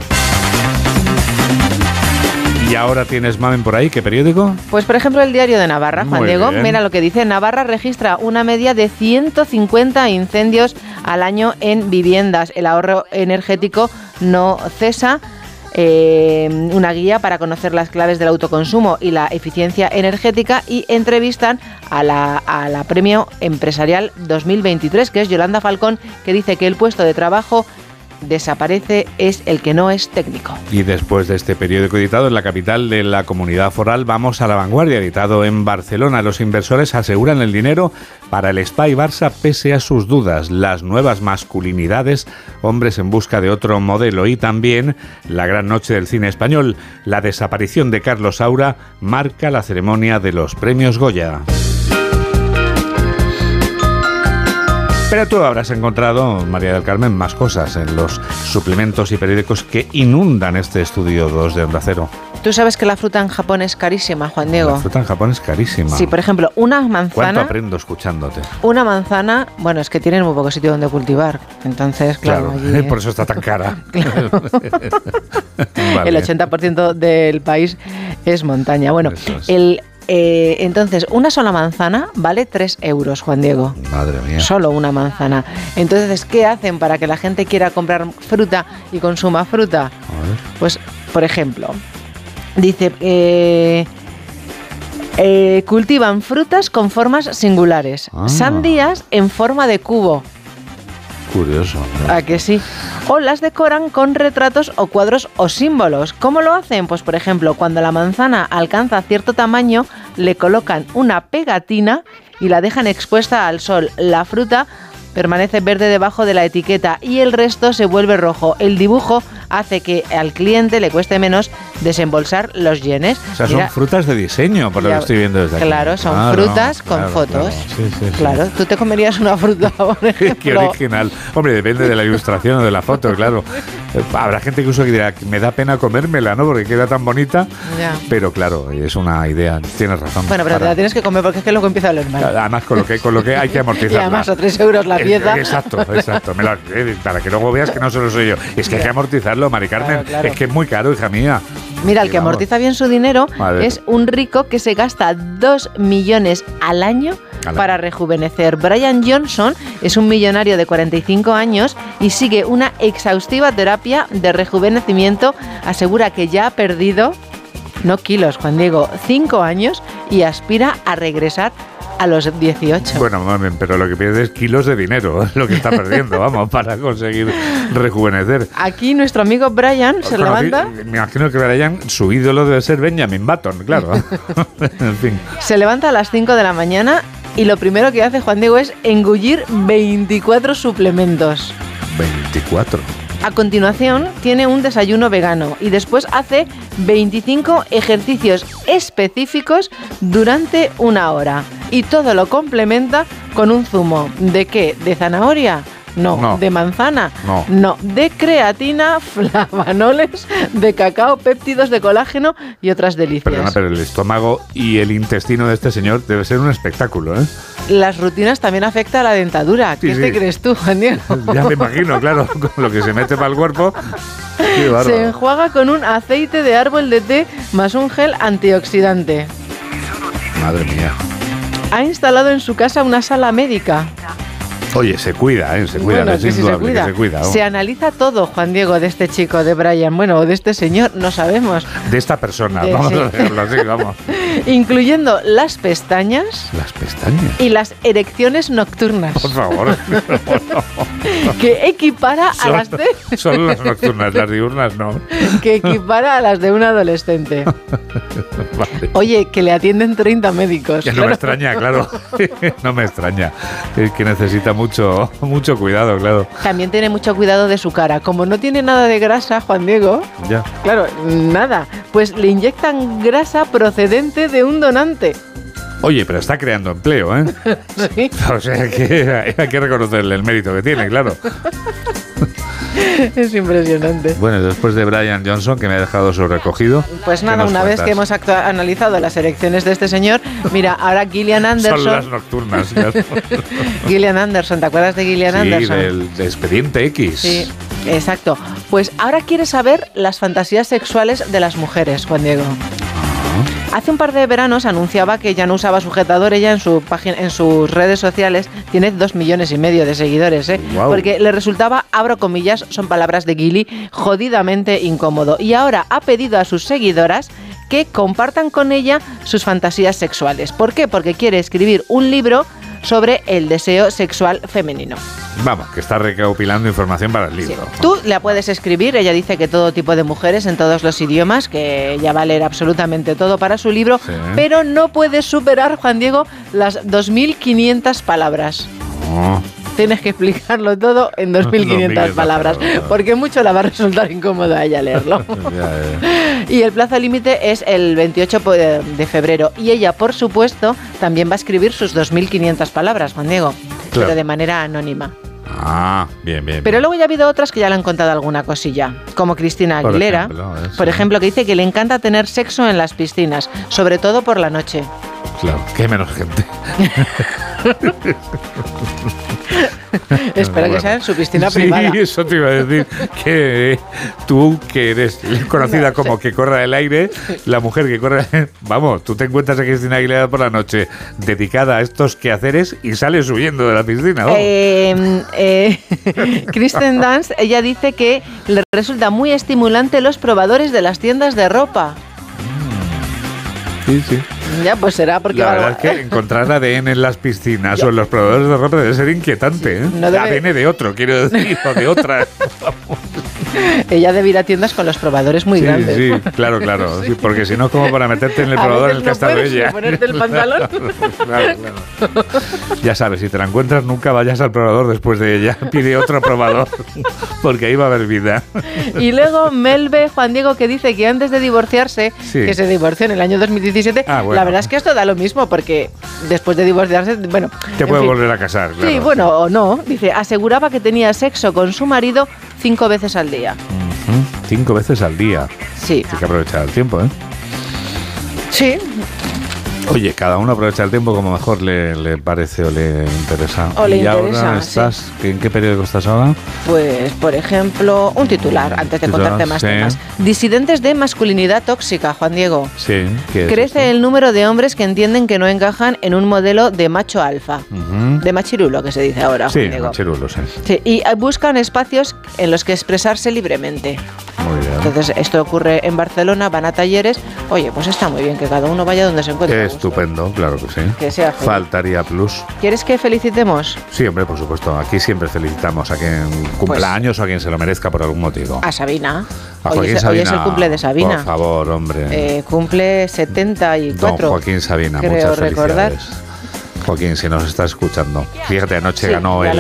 Y ahora tienes, Mamen, por ahí, ¿qué periódico? Pues por ejemplo el Diario de Navarra, Juan Diego. Mira lo que dice: Navarra registra una media de 150 incendios al año en viviendas. El ahorro energético no cesa. Una guía para conocer las claves del autoconsumo y la eficiencia energética, y entrevistan a la Premio Empresarial 2023, que es Yolanda Falcón, que dice que el puesto de trabajo desaparece es el que no es técnico. Y después de este periódico editado en la capital de la Comunidad Foral, vamos a La Vanguardia, editado en Barcelona. Los inversores aseguran el dinero para el Spa y Barça pese a sus dudas. Las nuevas masculinidades, hombres en busca de otro modelo. Y también la gran noche del cine español. La desaparición de Carlos Saura marca la ceremonia de los premios Goya. Pero tú habrás encontrado, María del Carmen, más cosas en los suplementos y periódicos que inundan este estudio 2 de Onda Cero. Tú sabes que la fruta en Japón es carísima, Juan Diego. La fruta en Japón es carísima. Sí, por ejemplo, una manzana... ¿Cuánto aprendo escuchándote? Una manzana, bueno, es que tienen muy poco sitio donde cultivar. Entonces, claro, allí, por eso está tan cara. Claro. Vale. El 80% del país es montaña. Bueno, entonces, una sola manzana vale 3 euros, Juan Diego. Madre mía. Solo una manzana. Entonces, ¿qué hacen para que la gente quiera comprar fruta y consuma fruta? Pues, por ejemplo, dice... cultivan frutas con formas singulares. Sandías en forma de cubo. Curioso, ¿no? ¿A que sí? O las decoran con retratos o cuadros o símbolos. ¿Cómo lo hacen? Pues por ejemplo, cuando la manzana alcanza cierto tamaño, le colocan una pegatina y la dejan expuesta al sol. La fruta permanece verde debajo de la etiqueta y el resto se vuelve rojo. El dibujo hace que al cliente le cueste menos desembolsar los yenes. O sea, son frutas de diseño, por lo que estoy viendo desde aquí. Claro, son frutas con fotos. Claro, tú te comerías una fruta, por ejemplo. Qué original. Hombre, depende de la ilustración o de la foto, claro. Habrá gente que dirá que me da pena comérmela, ¿no? Porque queda tan bonita. Ya. Pero claro, es una idea, tienes razón. Bueno, pero te la tienes que comer porque es que luego empieza a oler mal. Además, con lo que hay que amortizarla. Y además a 3 euros la pieza. Exacto. Para que luego veas que no solo soy yo. Es que hay que amortizarlo, Mari Carmen. Claro. Es que es muy caro, hija mía. Mira, el que amortiza bien su dinero es un rico que se gasta 2 millones al año para rejuvenecer. Brian Johnson es un millonario de 45 años y sigue una exhaustiva terapia de rejuvenecimiento. Asegura que ya ha perdido, no kilos, Juan Diego, 5 años y aspira a regresar a los 18. Bueno, pero lo que pierde es kilos de dinero, es lo que está perdiendo, vamos, para conseguir rejuvenecer. Aquí nuestro amigo Brian se levanta. Me imagino que Brian, su ídolo debe ser Benjamin Button, claro. En fin. Se levanta a las 5 de la mañana y lo primero que hace Juan Diego es engullir 24 suplementos. 24. A continuación, tiene un desayuno vegano y después hace 25 ejercicios específicos durante 1 hora. Y todo lo complementa con un zumo. ¿De qué? ¿De zanahoria? No. ¿De manzana? No. De creatina, flavanoles, de cacao, péptidos de colágeno y otras delicias. Perdona, pero el estómago y el intestino de este señor debe ser un espectáculo, ¿eh? Las rutinas también afectan a la dentadura. ¿Qué te crees tú, Juan Diego? Ya me imagino, claro, con lo que se mete para el cuerpo. Qué bárbaro. Se enjuaga con un aceite de árbol de té más un gel antioxidante. Madre mía. Ha instalado en su casa una sala médica. Oye, se cuida, se cuida, bueno, es indudable que se cuida. Se analiza todo, Juan Diego, de este chico, de Brian, bueno, o de este señor, no sabemos. De esta persona, vamos a decirlo así, vamos. Incluyendo las pestañas. ¿Las pestañas? Y las erecciones nocturnas. Por favor. Que equipara a las de... Solo las nocturnas, las diurnas no. Que equipara a las de un adolescente. Vale. Oye, que le atienden 30 médicos. Que no me extraña, claro. No me extraña. Es que necesita mucho cuidado, claro. También tiene mucho cuidado de su cara. Como no tiene nada de grasa, Juan Diego, ya. Claro, nada, pues le inyectan grasa procedente de un donante. Oye, pero está creando empleo, ¿eh? Sí. O sea que hay que reconocerle el mérito que tiene, claro. Es impresionante. Bueno, después de Brian Johnson, que me ha dejado sobrecogido. Pues nada, una vez que hemos analizado las erecciones de este señor, mira, ahora Gillian Anderson. Son las nocturnas, claro. Gillian Anderson, ¿te acuerdas de Gillian Anderson? Sí, del Expediente X. Sí, exacto. Pues ahora quiere saber las fantasías sexuales de las mujeres, Juan Diego. Hace un par de veranos anunciaba que ya no usaba sujetador. Ella en su página, en sus redes sociales tiene 2,5 millones de seguidores, Wow. Porque le resultaba, abro comillas, son palabras de Gilly, jodidamente incómodo. Y ahora ha pedido a sus seguidoras que compartan con ella sus fantasías sexuales. ¿Por qué? Porque quiere escribir un libro sobre el deseo sexual femenino. Vamos, que está recopilando información para el libro. Sí. Tú la puedes escribir, ella dice que todo tipo de mujeres en todos los idiomas, que ella va a leer absolutamente todo para su libro, sí. Pero no puedes superar, Juan Diego, las 2.500 palabras. Oh. Tienes que explicarlo todo en 2.500 palabras, porque mucho la va a resultar incómodo a ella leerlo. Y el plazo límite es el 28 de febrero. Y ella, por supuesto, también va a escribir sus 2.500 palabras, Juan Diego, pero de manera anónima. Ah, bien. Pero luego ya ha habido otras que ya le han contado alguna cosilla, como Cristina Aguilera, por ejemplo, que dice que le encanta tener sexo en las piscinas, sobre todo por la noche. Claro, que hay menos gente. Espero que sea en su piscina privada. Sí, eso te iba a decir. Que tú, que eres conocida como que corra el aire, la mujer que corre... Vamos, tú te encuentras a Cristina Aguilera por la noche dedicada a estos quehaceres y sales huyendo de la piscina, ¿no? Kristen Dunst, ella dice que le resulta muy estimulante los probadores de las tiendas de ropa. Sí. Ya, pues será porque... La verdad es que encontrar ADN en las piscinas o en los probadores de ropa debe ser inquietante, ¿eh? ADN de otro, quiero decir, o de otra. Ella debe ir a tiendas con los probadores muy grandes. Sí, claro. Sí, porque si no, como para meterte en el probador en el que está ella. Ponerte el pantalón. Claro. Ya sabes, si te la encuentras, nunca vayas al probador después de ella. Pide otro probador, porque ahí va a haber vida. Y luego Melbe, Juan Diego, que dice que antes de divorciarse, que se divorció en el año 2017, la verdad es que esto da lo mismo, porque después de divorciarse, bueno... Te puede volver a casar, claro. Sí, bueno, o no. Dice, aseguraba que tenía sexo con su marido 5 veces al día. 5 veces al día. Sí. Hay que aprovechar el tiempo, ¿eh? Sí. Oye, cada uno aprovecha el tiempo como mejor le parece o le interesa. Y ahora estás, ¿en qué periódico estás ahora? Pues, por ejemplo, un titular, antes de contarte más temas. Disidentes de masculinidad tóxica, Juan Diego. Sí. Crece el número de hombres que entienden que no encajan en un modelo de macho alfa. De machirulo, que se dice ahora, Juan Diego. Machirulo, sí. Y buscan espacios en los que expresarse libremente. Muy bien. Entonces, esto ocurre en Barcelona, van a talleres. Oye, pues está muy bien que cada uno vaya donde se encuentre. Estupendo, claro que sí. Que sea feliz. Faltaría plus. ¿Quieres que felicitemos? Sí, hombre, por supuesto. Aquí siempre felicitamos a quien cumpla años o a quien se lo merezca por algún motivo. A Sabina. Hoy es el cumple de Sabina. Por favor, hombre. Cumple 74. Don Joaquín Sabina, creo muchas recordar. Felicidades. Joaquín, si nos está escuchando. Fíjate, anoche ganó el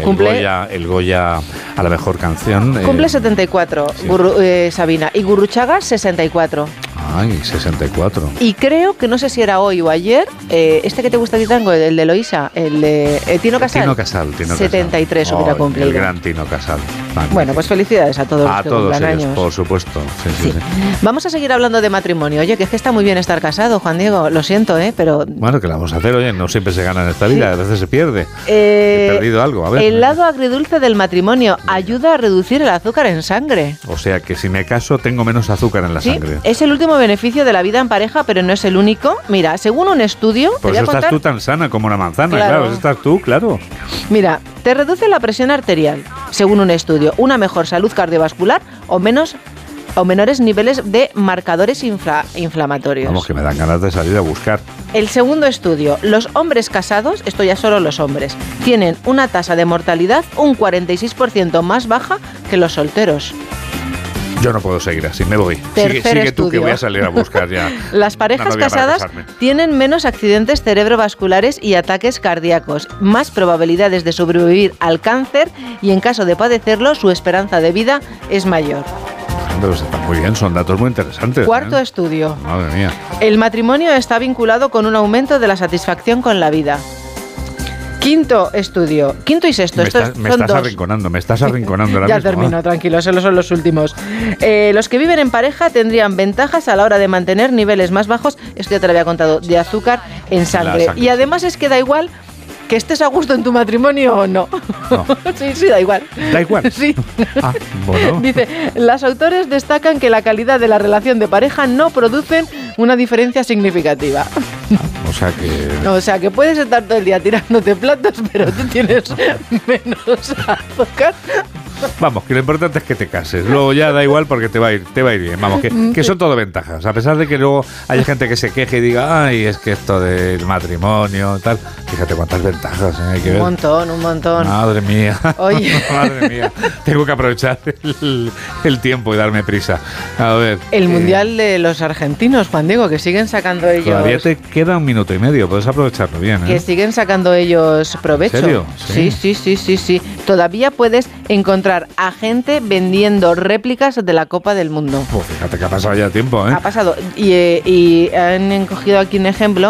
Goya a la mejor canción. Cumple 74, Sabina. Y Gurruchaga, 64. Ay, 64. Y creo que no sé si era hoy o ayer, este que te gusta de tango, el de Eloísa, el de Tino Casal. Tino Casal. 73 hubiera cumplido. El gran Tino Casal. Bueno, pues felicidades a todos los que cumplan años. Por supuesto. Sí. Vamos a seguir hablando de matrimonio. Oye, que es que está muy bien estar casado, Juan Diego. Lo siento, pero... Bueno, ¿qué le vamos a hacer? Oye, no siempre se gana en esta vida, a veces se pierde. He perdido algo, a ver. El lado agridulce del matrimonio ayuda a reducir el azúcar en sangre. O sea que si me caso tengo menos azúcar en la sangre. Es el último beneficio de la vida en pareja, pero no es el único. Mira, según un estudio... Por eso estás tú tan sana como una manzana, claro, estás tú, claro. Mira, te reduce la presión arterial, según un estudio, una mejor salud cardiovascular o menores niveles de marcadores inflamatorios. Vamos, que me dan ganas de salir a buscar. El segundo estudio, los hombres casados, esto ya solo los hombres, tienen una tasa de mortalidad un 46% más baja que los solteros. Yo no puedo seguir así, me voy. Sigue tú, que voy a salir a buscar ya. Las parejas casadas tienen menos accidentes cerebrovasculares y ataques cardíacos, más probabilidades de sobrevivir al cáncer y en caso de padecerlo, su esperanza de vida es mayor. Pero está muy bien, son datos muy interesantes. Cuarto estudio. Madre mía. El matrimonio está vinculado con un aumento de la satisfacción con la vida. Quinto estudio. Quinto y sexto. Me estás arrinconando ahora ya mismo. termino, tranquilo, solo son los últimos. Los que viven en pareja tendrían ventajas a la hora de mantener niveles más bajos, esto ya te lo había contado, de azúcar en sangre. Y además es que da igual que estés a gusto en tu matrimonio o no. Sí, da igual. ¿Da igual? Sí. Bueno. Dice, los autores destacan que la calidad de la relación de pareja no producen una diferencia significativa. O sea que puedes estar todo el día tirándote platos, pero tú tienes menos azúcar. Vamos, que lo importante es que te cases. Luego ya da igual porque te va a ir bien. Vamos, que son todo ventajas. A pesar de que luego hay gente que se queje y diga, ay, es que esto del matrimonio, tal. Fíjate cuántas ventajas hay que ver. Un montón. Madre mía. Oye. Madre mía. Tengo que aprovechar el tiempo y darme prisa. A ver. El mundial de los argentinos, Juan Diego, que siguen sacando ellos... Todavía te queda 1 minuto y medio. Puedes aprovecharlo bien, Que siguen sacando ellos provecho. ¿En serio? Sí. Todavía puedes encontrar a gente vendiendo réplicas de la Copa del Mundo. Pues fíjate que ha pasado ya tiempo, ¿eh? Ha pasado. Y han cogido aquí un ejemplo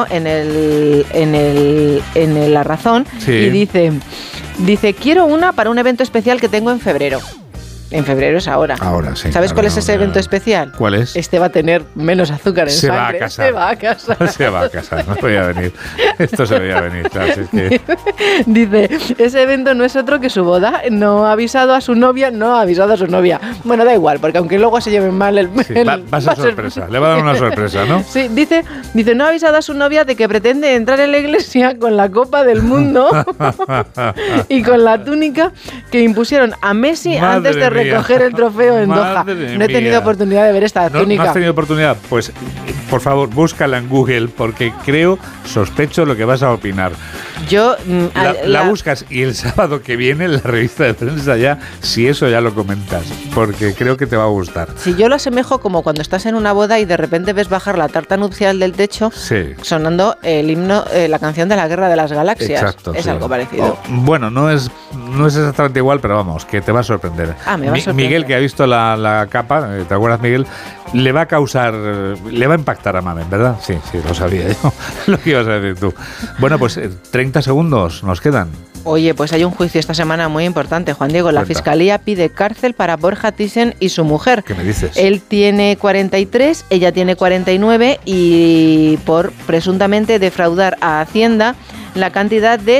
en La Razón. Sí. Y dice, quiero una para un evento especial que tengo en febrero. En febrero es ahora. Ahora, sí. ¿Sabes cuál es ese evento especial? ¿Cuál es? Este va a tener menos azúcar en sangre. Se va a casar. Se va a casar. No podía venir. Esto se veía venir. Claro, es que... Dice, ese evento no es otro que su boda. No ha avisado a su novia. Bueno, da igual, porque aunque luego se lleven mal va a ser sorpresa. Le va a dar una sorpresa, ¿no? Sí, dice, no ha avisado a su novia de que pretende entrar en la iglesia con la Copa del Mundo y con la túnica que impusieron a Messi antes de recoger el trofeo en Doha. No he tenido oportunidad de ver esta túnica. ¿No has tenido oportunidad? Pues, por favor, búscala en Google, porque sospecho lo que vas a opinar. Yo la buscas y el sábado que viene en la revista de prensa ya, si eso ya lo comentas, porque creo que te va a gustar. Si yo lo asemejo como cuando estás en una boda y de repente ves bajar la tarta nupcial del techo, sonando el himno, la canción de la Guerra de las Galaxias. Exacto, es algo parecido. Bueno, no es exactamente igual, pero vamos, que te va a sorprender. Me va a sorprender. Miguel, que ha visto la capa, ¿te acuerdas, Miguel? Le va a impactar a Mamen, ¿verdad? Sí, lo sabía yo, lo que ibas a decir tú. Bueno, pues 30 segundos nos quedan. Oye, pues hay un juicio esta semana muy importante, Juan Diego. La Fiscalía pide cárcel para Borja Thyssen y su mujer. ¿Qué me dices? Él tiene 43, ella tiene 49 y por presuntamente defraudar a Hacienda la cantidad de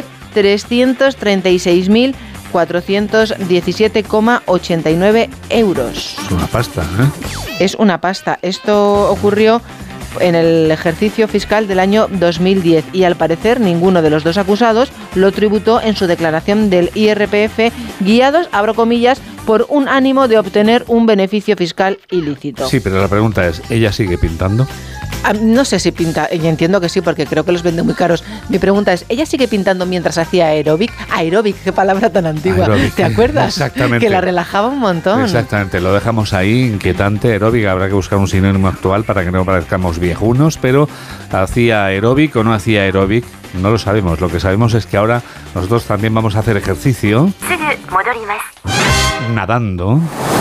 336.417,89 euros. Es una pasta, ¿eh? Es una pasta. Esto ocurrió en el ejercicio fiscal del año 2010 y al parecer ninguno de los dos acusados lo tributó en su declaración del IRPF, guiados, abro comillas, por un ánimo de obtener un beneficio fiscal ilícito. Sí, pero la pregunta es, ¿ella sigue pintando? No sé si pinta, y entiendo que sí, porque creo que los vende muy caros. Mi pregunta es, ¿ella sigue pintando mientras hacía aeróbic? Aeróbic, qué palabra tan antigua. Aeróbic. ¿Te acuerdas? Exactamente. Que la relajaba un montón. Exactamente, lo dejamos ahí, inquietante, aeróbic. Habrá que buscar un sinónimo actual para que no parezcamos viejunos, pero ¿hacía aeróbic o no hacía aeróbic? No lo sabemos. Lo que sabemos es que ahora nosotros también vamos a hacer ejercicio nadando.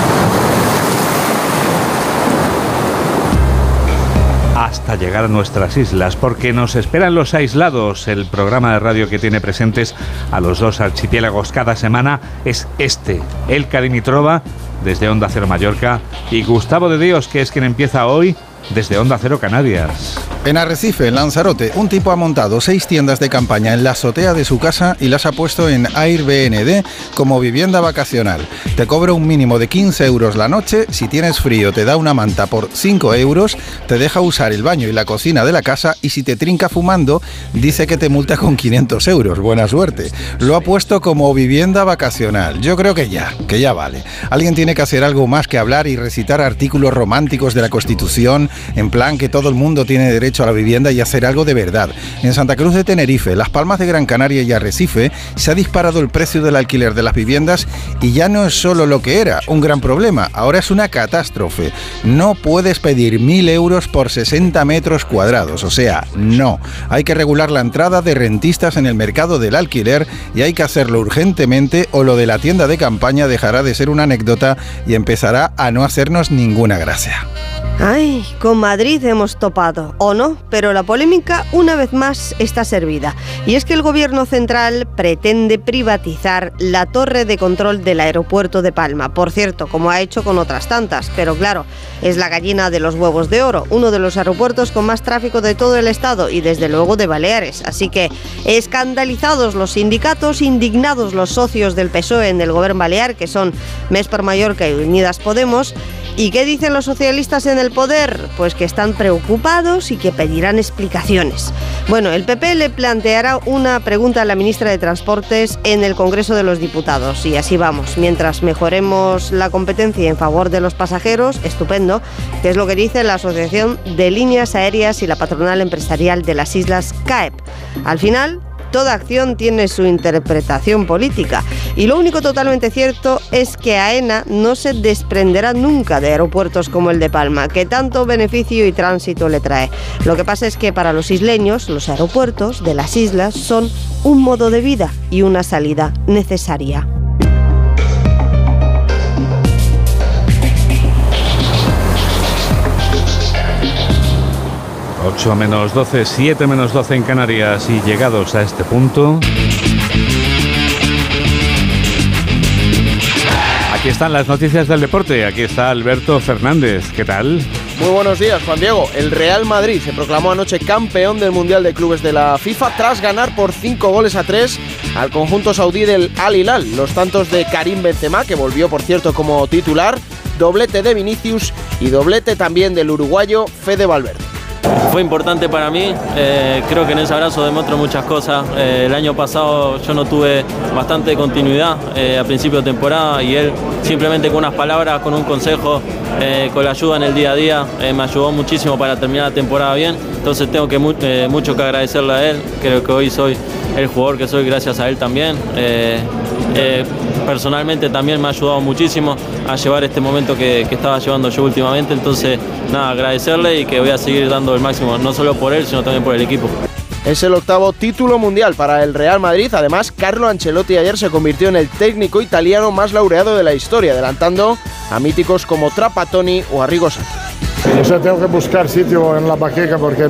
Hasta llegar a nuestras islas, porque nos esperan Los Aislados, el programa de radio que tiene presentes a los dos archipiélagos cada semana. Es Elka Dimitrova, desde Onda Cero Mallorca, y Gustavo de Dios, que es quien empieza hoy desde Onda Cero Canarias. En Arrecife, en Lanzarote, un tipo ha montado 6 tiendas de campaña en la azotea de su casa y las ha puesto en Airbnb como vivienda vacacional. Te cobra un mínimo de 15 euros la noche, si tienes frío te da una manta por 5 euros, te deja usar el baño y la cocina de la casa y si te trinca fumando, dice que te multa con 500 euros. Buena suerte. Lo ha puesto como vivienda vacacional. Yo creo que ya vale. Alguien tiene que hacer algo más que hablar y recitar artículos románticos de la Constitución, en plan que todo el mundo tiene derecho a la vivienda y hacer algo de verdad. En Santa Cruz de Tenerife, Las Palmas de Gran Canaria y Arrecife se ha disparado el precio del alquiler de las viviendas y ya no es solo lo que era, un gran problema, ahora es una catástrofe. No puedes pedir 1.000 euros por 60 metros cuadrados, o sea, no. Hay que regular la entrada de rentistas en el mercado del alquiler y hay que hacerlo urgentemente o lo de la tienda de campaña dejará de ser una anécdota y empezará a no hacernos ninguna gracia. Ay, con Madrid hemos topado, o no, pero la polémica una vez más está servida. Y es que el gobierno central pretende privatizar la torre de control del aeropuerto de Palma. Por cierto, como ha hecho con otras tantas, pero claro, es la gallina de los huevos de oro, uno de los aeropuertos con más tráfico de todo el estado y desde luego de Baleares. Así que, escandalizados los sindicatos, indignados los socios del PSOE en el gobierno balear, que son Més per Mallorca y Unidas Podemos. ¿Y qué dicen los socialistas en el poder? Pues que están preocupados y que pedirán explicaciones. Bueno, el PP le planteará una pregunta a la ministra de Transportes en el Congreso de los Diputados. Y así vamos. Mientras mejoremos la competencia en favor de los pasajeros, estupendo, que es lo que dice la Asociación de Líneas Aéreas y la Patronal Empresarial de las Islas CAEP. Al final, toda acción tiene su interpretación política y lo único totalmente cierto es que AENA no se desprenderá nunca de aeropuertos como el de Palma, que tanto beneficio y tránsito le trae. Lo que pasa es que para los isleños, los aeropuertos de las islas son un modo de vida y una salida necesaria. Ocho menos 12, 7 menos 12 en Canarias y llegados a este punto... Aquí están las noticias del deporte, aquí está Alberto Fernández, ¿qué tal? Muy buenos días, Juan Diego. El Real Madrid se proclamó anoche campeón del Mundial de Clubes de la FIFA tras ganar por 5-3 al conjunto saudí del Al Hilal. Los tantos de Karim Benzema, que volvió por cierto como titular, doblete de Vinicius y doblete también del uruguayo Fede Valverde. fue importante para mí. Creo que en ese abrazo demuestro muchas cosas. El año pasado yo no tuve bastante continuidad a principio de temporada y él simplemente con unas palabras, con un consejo, con la ayuda en el día a día, me ayudó muchísimo para terminar la temporada bien. Entonces tengo mucho que agradecerle a él. Creo que hoy soy el jugador que soy gracias a él también. Personalmente también me ha ayudado muchísimo a llevar este momento que estaba llevando yo últimamente. Entonces, nada, agradecerle y que voy a seguir dando el máximo, no solo por él, sino también por el equipo. Es el 8º título mundial para el Real Madrid. Además, Carlo Ancelotti ayer se convirtió en el técnico italiano más laureado de la historia, adelantando a míticos como Trapattoni o Arrigo Sacchi. O sea, tengo que buscar sitio en la baqueca porque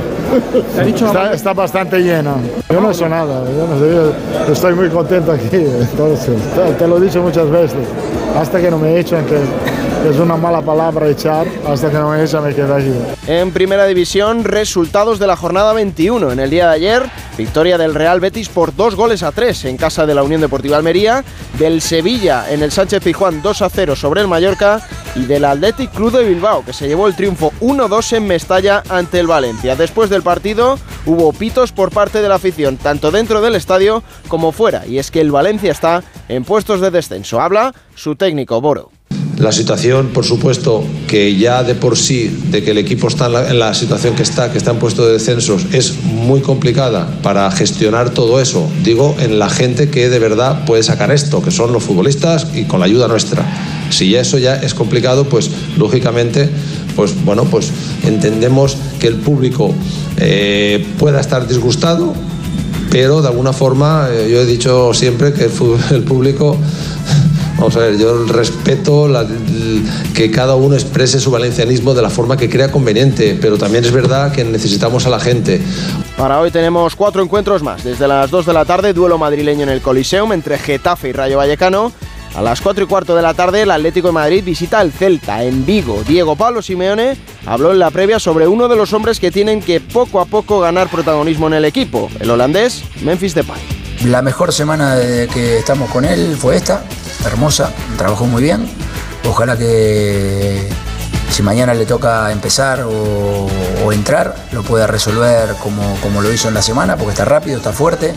está bastante llena. Yo no he hecho nada, yo estoy muy contento aquí. Entonces, te lo he dicho muchas veces, hasta que no me echan, que es una mala palabra echar, hasta que no me echan me quedo aquí. En Primera División, resultados de la jornada 21. En el día de ayer, victoria del Real Betis por 2-3 en casa de la Unión Deportiva Almería, del Sevilla en el Sánchez-Pizjuán 2-0 sobre el Mallorca y del Athletic Club de Bilbao, que se llevó el triunfo 1-2 en Mestalla ante el Valencia. Después del partido hubo pitos por parte de la afición, tanto dentro del estadio como fuera, y es que el Valencia está en puestos de descenso. Habla su técnico, Boro. La situación, por supuesto, que ya de por sí, de que el equipo está en la situación que está en puesto de descensos, es muy complicada para gestionar todo eso. Digo, en la gente que de verdad puede sacar esto, que son los futbolistas y con la ayuda nuestra. Si eso ya es complicado, pues lógicamente, pues bueno, pues entendemos que el público pueda estar disgustado, pero de alguna forma, yo he dicho siempre que el público... Vamos a ver, yo respeto que cada uno exprese su valencianismo de la forma que crea conveniente, pero también es verdad que necesitamos a la gente. Para hoy tenemos 4 encuentros más. Desde las 2 de la tarde, duelo madrileño en el Coliseum entre Getafe y Rayo Vallecano. A las 4:15 de la tarde, el Atlético de Madrid visita al Celta en Vigo. Diego Pablo Simeone habló en la previa sobre uno de los hombres que tienen que poco a poco ganar protagonismo en el equipo, el holandés Memphis Depay. La mejor semana de que estamos con él fue esta, hermosa, trabajó muy bien. Ojalá que si mañana le toca empezar o entrar, lo pueda resolver como lo hizo en la semana, porque está rápido, está fuerte.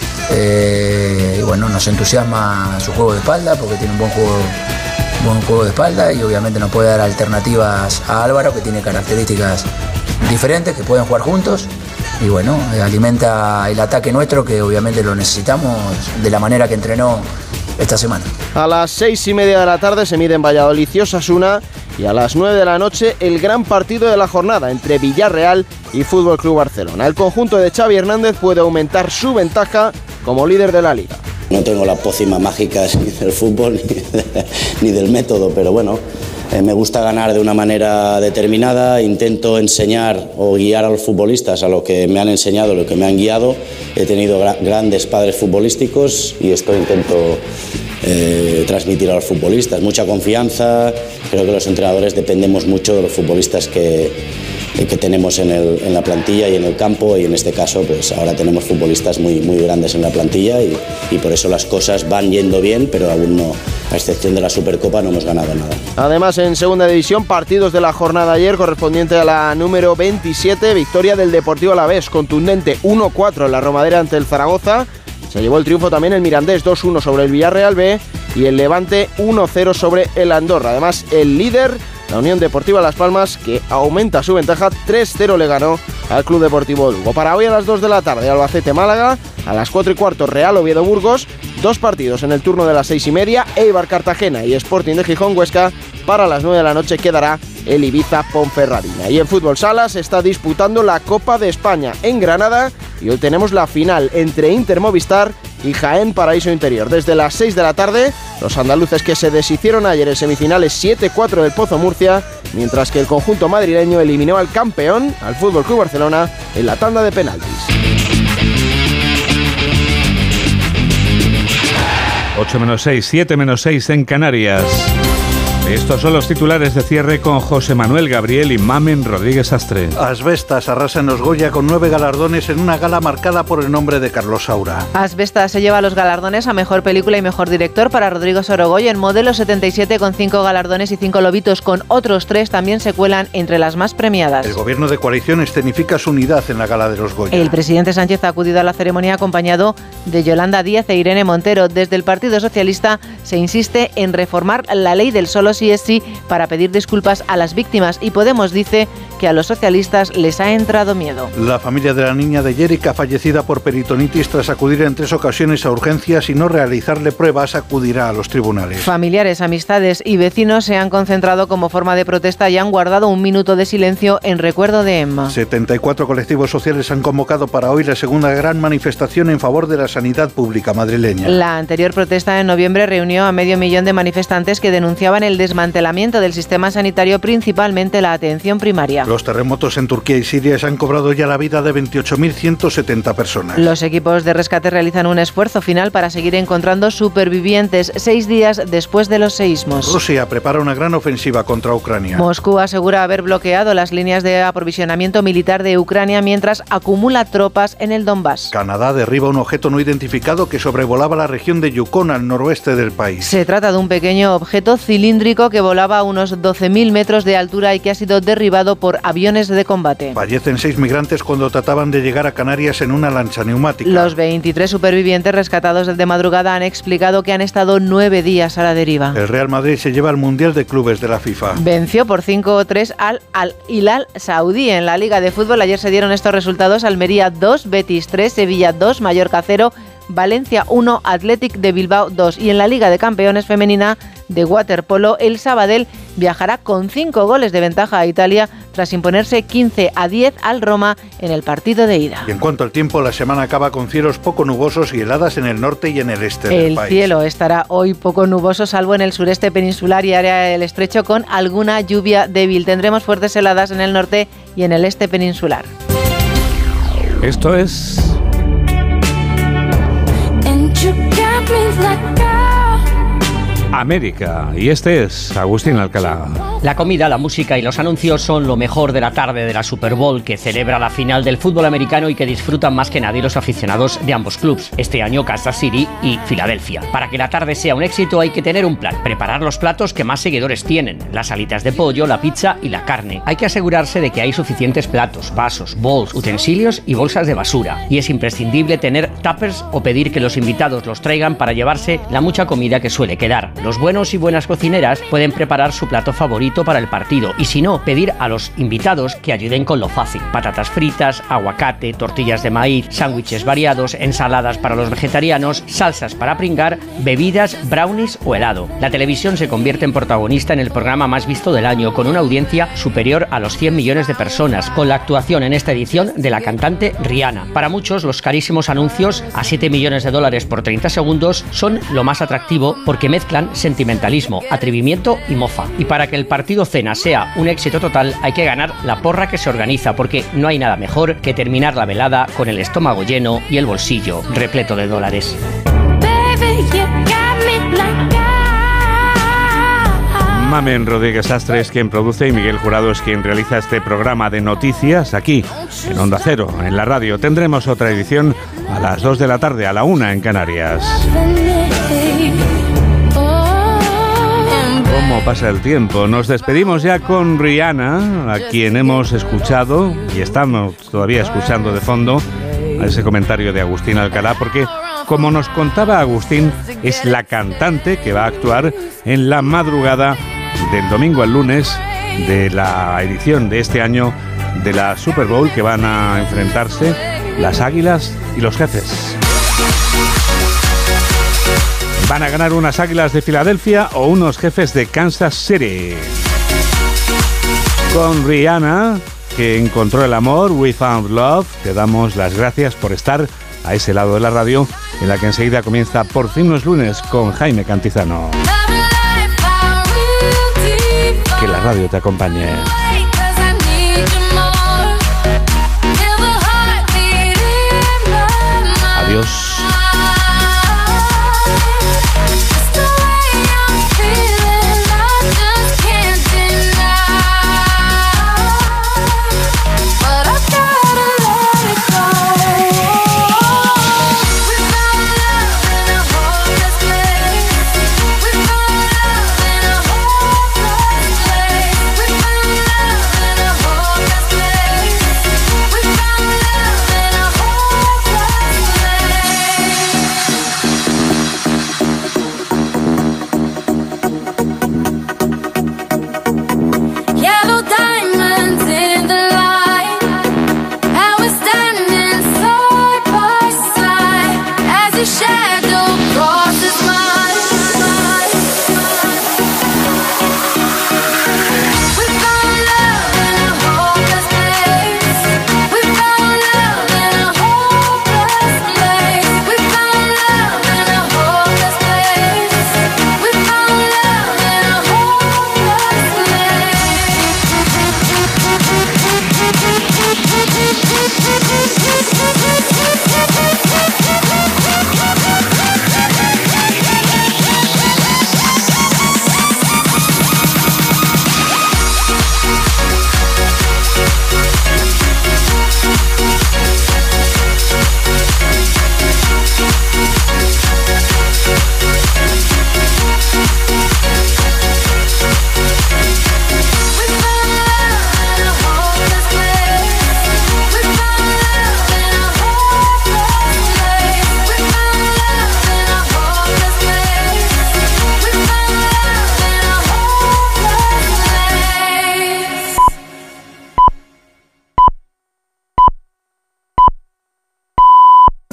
Y bueno, nos entusiasma su juego de espalda, porque tiene un buen juego de espalda y obviamente nos puede dar alternativas a Álvaro, que tiene características diferentes, que pueden jugar juntos. Y bueno, alimenta el ataque nuestro, que obviamente lo necesitamos de la manera que entrenó esta semana. A las 6:30 de la tarde se mide en Valladolid y Osasuna, y a las 9 de la noche el gran partido de la jornada entre Villarreal y Fútbol Club Barcelona. El conjunto de Xavi Hernández puede aumentar su ventaja como líder de la liga. No tengo las pócimas mágicas ni del fútbol ni del método, pero bueno, me gusta ganar de una manera determinada, intento enseñar o guiar a los futbolistas a lo que me han enseñado, lo que me han guiado. He tenido grandes padres futbolísticos y esto intento transmitir a los futbolistas. Mucha confianza, creo que los entrenadores dependemos mucho de los futbolistas que tenemos en la plantilla y en el campo, y en este caso pues ahora tenemos futbolistas muy grandes en la plantilla y por eso las cosas van yendo bien, pero aún no, a excepción de la Supercopa, no hemos ganado nada. Además, en segunda división, partidos de la jornada ayer correspondiente a la número 27, victoria del Deportivo Alavés, contundente 1-4 en la Romadera ante el Zaragoza. Se llevó el triunfo también el Mirandés 2-1 sobre el Villarreal B y el Levante 1-0 sobre el Andorra. Además, el líder, la Unión Deportiva Las Palmas, que aumenta su ventaja, 3-0 le ganó al Club Deportivo Lugo. Para hoy a las 2 de la tarde, Albacete-Málaga, a las 4:15 Real Oviedo-Burgos, 2 partidos en el turno de las 6:30, Eibar-Cartagena y Sporting de Gijón-Huesca. Para las 9 de la noche quedará el Ibiza-Ponferradina. Y en fútbol sala se está disputando la Copa de España en Granada y hoy tenemos la final entre Inter-Movistar y Jaén Paraíso Interior. Desde las 6 de la tarde, los andaluces que se deshicieron ayer en semifinales 7-4 del Pozo Murcia, mientras que el conjunto madrileño eliminó al campeón, al FC Barcelona, en la tanda de penaltis. 8 menos 6, 7 menos 6 en Canarias. Estos son los titulares de cierre con José Manuel Gabriel y Mamen Rodríguez Astre. Asbestas arrasa en los Goya con 9 galardones en una gala marcada por el nombre de Carlos Saura. Asbestas se lleva los galardones a Mejor Película y Mejor Director para Rodrigo Sorogoyen. Modelo 77 con 5 galardones y 5 lobitos con otros 3 también se cuelan entre las más premiadas. El gobierno de coalición escenifica su unidad en la gala de los Goya. El presidente Sánchez ha acudido a la ceremonia acompañado de Yolanda Díaz e Irene Montero. Desde el Partido Socialista se insiste en reformar la ley del solo sí es sí para pedir disculpas a las víctimas y Podemos dice que a los socialistas les ha entrado miedo. La familia de la niña de Yérica, fallecida por peritonitis tras acudir en 3 ocasiones a urgencias y no realizarle pruebas, acudirá a los tribunales. Familiares, amistades y vecinos se han concentrado como forma de protesta y han guardado un minuto de silencio en recuerdo de Emma. 74 colectivos sociales han convocado para hoy la segunda gran manifestación en favor de la sanidad pública madrileña. La anterior protesta en noviembre reunió a 500.000 de manifestantes que denunciaban el desmantelamiento del sistema sanitario, principalmente la atención primaria. Los terremotos en Turquía y Siria se han cobrado ya la vida de 28.170 personas. Los equipos de rescate realizan un esfuerzo final para seguir encontrando supervivientes 6 días después de los seísmos. Rusia prepara una gran ofensiva contra Ucrania. Moscú asegura haber bloqueado las líneas de aprovisionamiento militar de Ucrania mientras acumula tropas en el Donbass. Canadá derriba un objeto no identificado que sobrevolaba la región de Yukon al noroeste del país. Se trata de un pequeño objeto cilíndrico que volaba a unos 12.000 metros de altura y que ha sido derribado por aviones de combate. Fallecen 6 migrantes cuando trataban de llegar a Canarias en una lancha neumática. Los 23 supervivientes rescatados de madrugada han explicado que han estado 9 días a la deriva. El Real Madrid se lleva al Mundial de Clubes de la FIFA. Venció por 5-3 al Al-Hilal Saudí. En la Liga de Fútbol ayer se dieron estos resultados: Almería 2, Betis 3, Sevilla 2, Mallorca 0, Valencia 1, Athletic de Bilbao 2. Y en la Liga de Campeones femenina de waterpolo, el Sabadell viajará con 5 goles de ventaja a Italia tras imponerse 15-10 al Roma en el partido de ida. Y en cuanto al tiempo, la semana acaba con cielos poco nubosos y heladas en el norte y en el este del país. El cielo estará hoy poco nuboso, salvo en el sureste peninsular y área del estrecho, con alguna lluvia débil. Tendremos fuertes heladas en el norte y en el este peninsular. Esto es América, y este es Agustín Alcalá. La comida, la música y los anuncios son lo mejor de la tarde de la Super Bowl, que celebra la final del fútbol americano y que disfrutan más que nadie los aficionados de ambos clubes, este año Kansas City y Filadelfia. Para que la tarde sea un éxito hay que tener un plan, preparar los platos que más seguidores tienen, las alitas de pollo, la pizza y la carne. Hay que asegurarse de que hay suficientes platos, vasos, bowls, utensilios y bolsas de basura. Y es imprescindible tener tuppers o pedir que los invitados los traigan para llevarse la mucha comida que suele quedar. Los buenos y buenas cocineras pueden preparar su plato favorito para el partido y, si no, pedir a los invitados que ayuden con lo fácil: patatas fritas, aguacate, tortillas de maíz, sándwiches variados, ensaladas para los vegetarianos, salsas para pringar, bebidas, brownies o helado. La televisión se convierte en protagonista en el programa más visto del año, con una audiencia superior a los 100 millones de personas, con la actuación en esta edición de la cantante Rihanna. Para muchos, los carísimos anuncios a $7 millones por 30 segundos son lo más atractivo, porque mezclan sentimentalismo, atrevimiento y mofa. Y para que el partido cena sea un éxito total, hay que ganar la porra que se organiza, porque no hay nada mejor que terminar la velada con el estómago lleno y el bolsillo repleto de dólares. Mamen Rodríguez Astre es quien produce y Miguel Jurado es quien realiza este programa de noticias aquí, en Onda Cero, en la radio. Tendremos otra edición a las 2 de la tarde, a la 1 en Canarias. ¿Cómo pasa el tiempo? Nos despedimos ya con Rihanna, a quien hemos escuchado y estamos todavía escuchando de fondo a ese comentario de Agustín Alcalá, porque, como nos contaba Agustín, es la cantante que va a actuar en la madrugada del domingo al lunes de la edición de este año de la Super Bowl, que van a enfrentarse las Águilas y los Jefes. Van a ganar unas Águilas de Filadelfia o unos Jefes de Kansas City. Con Rihanna, que encontró el amor, We Found Love, te damos las gracias por estar a ese lado de la radio, en la que enseguida comienza Por fin los lunes con Jaime Cantizano. Que la radio te acompañe.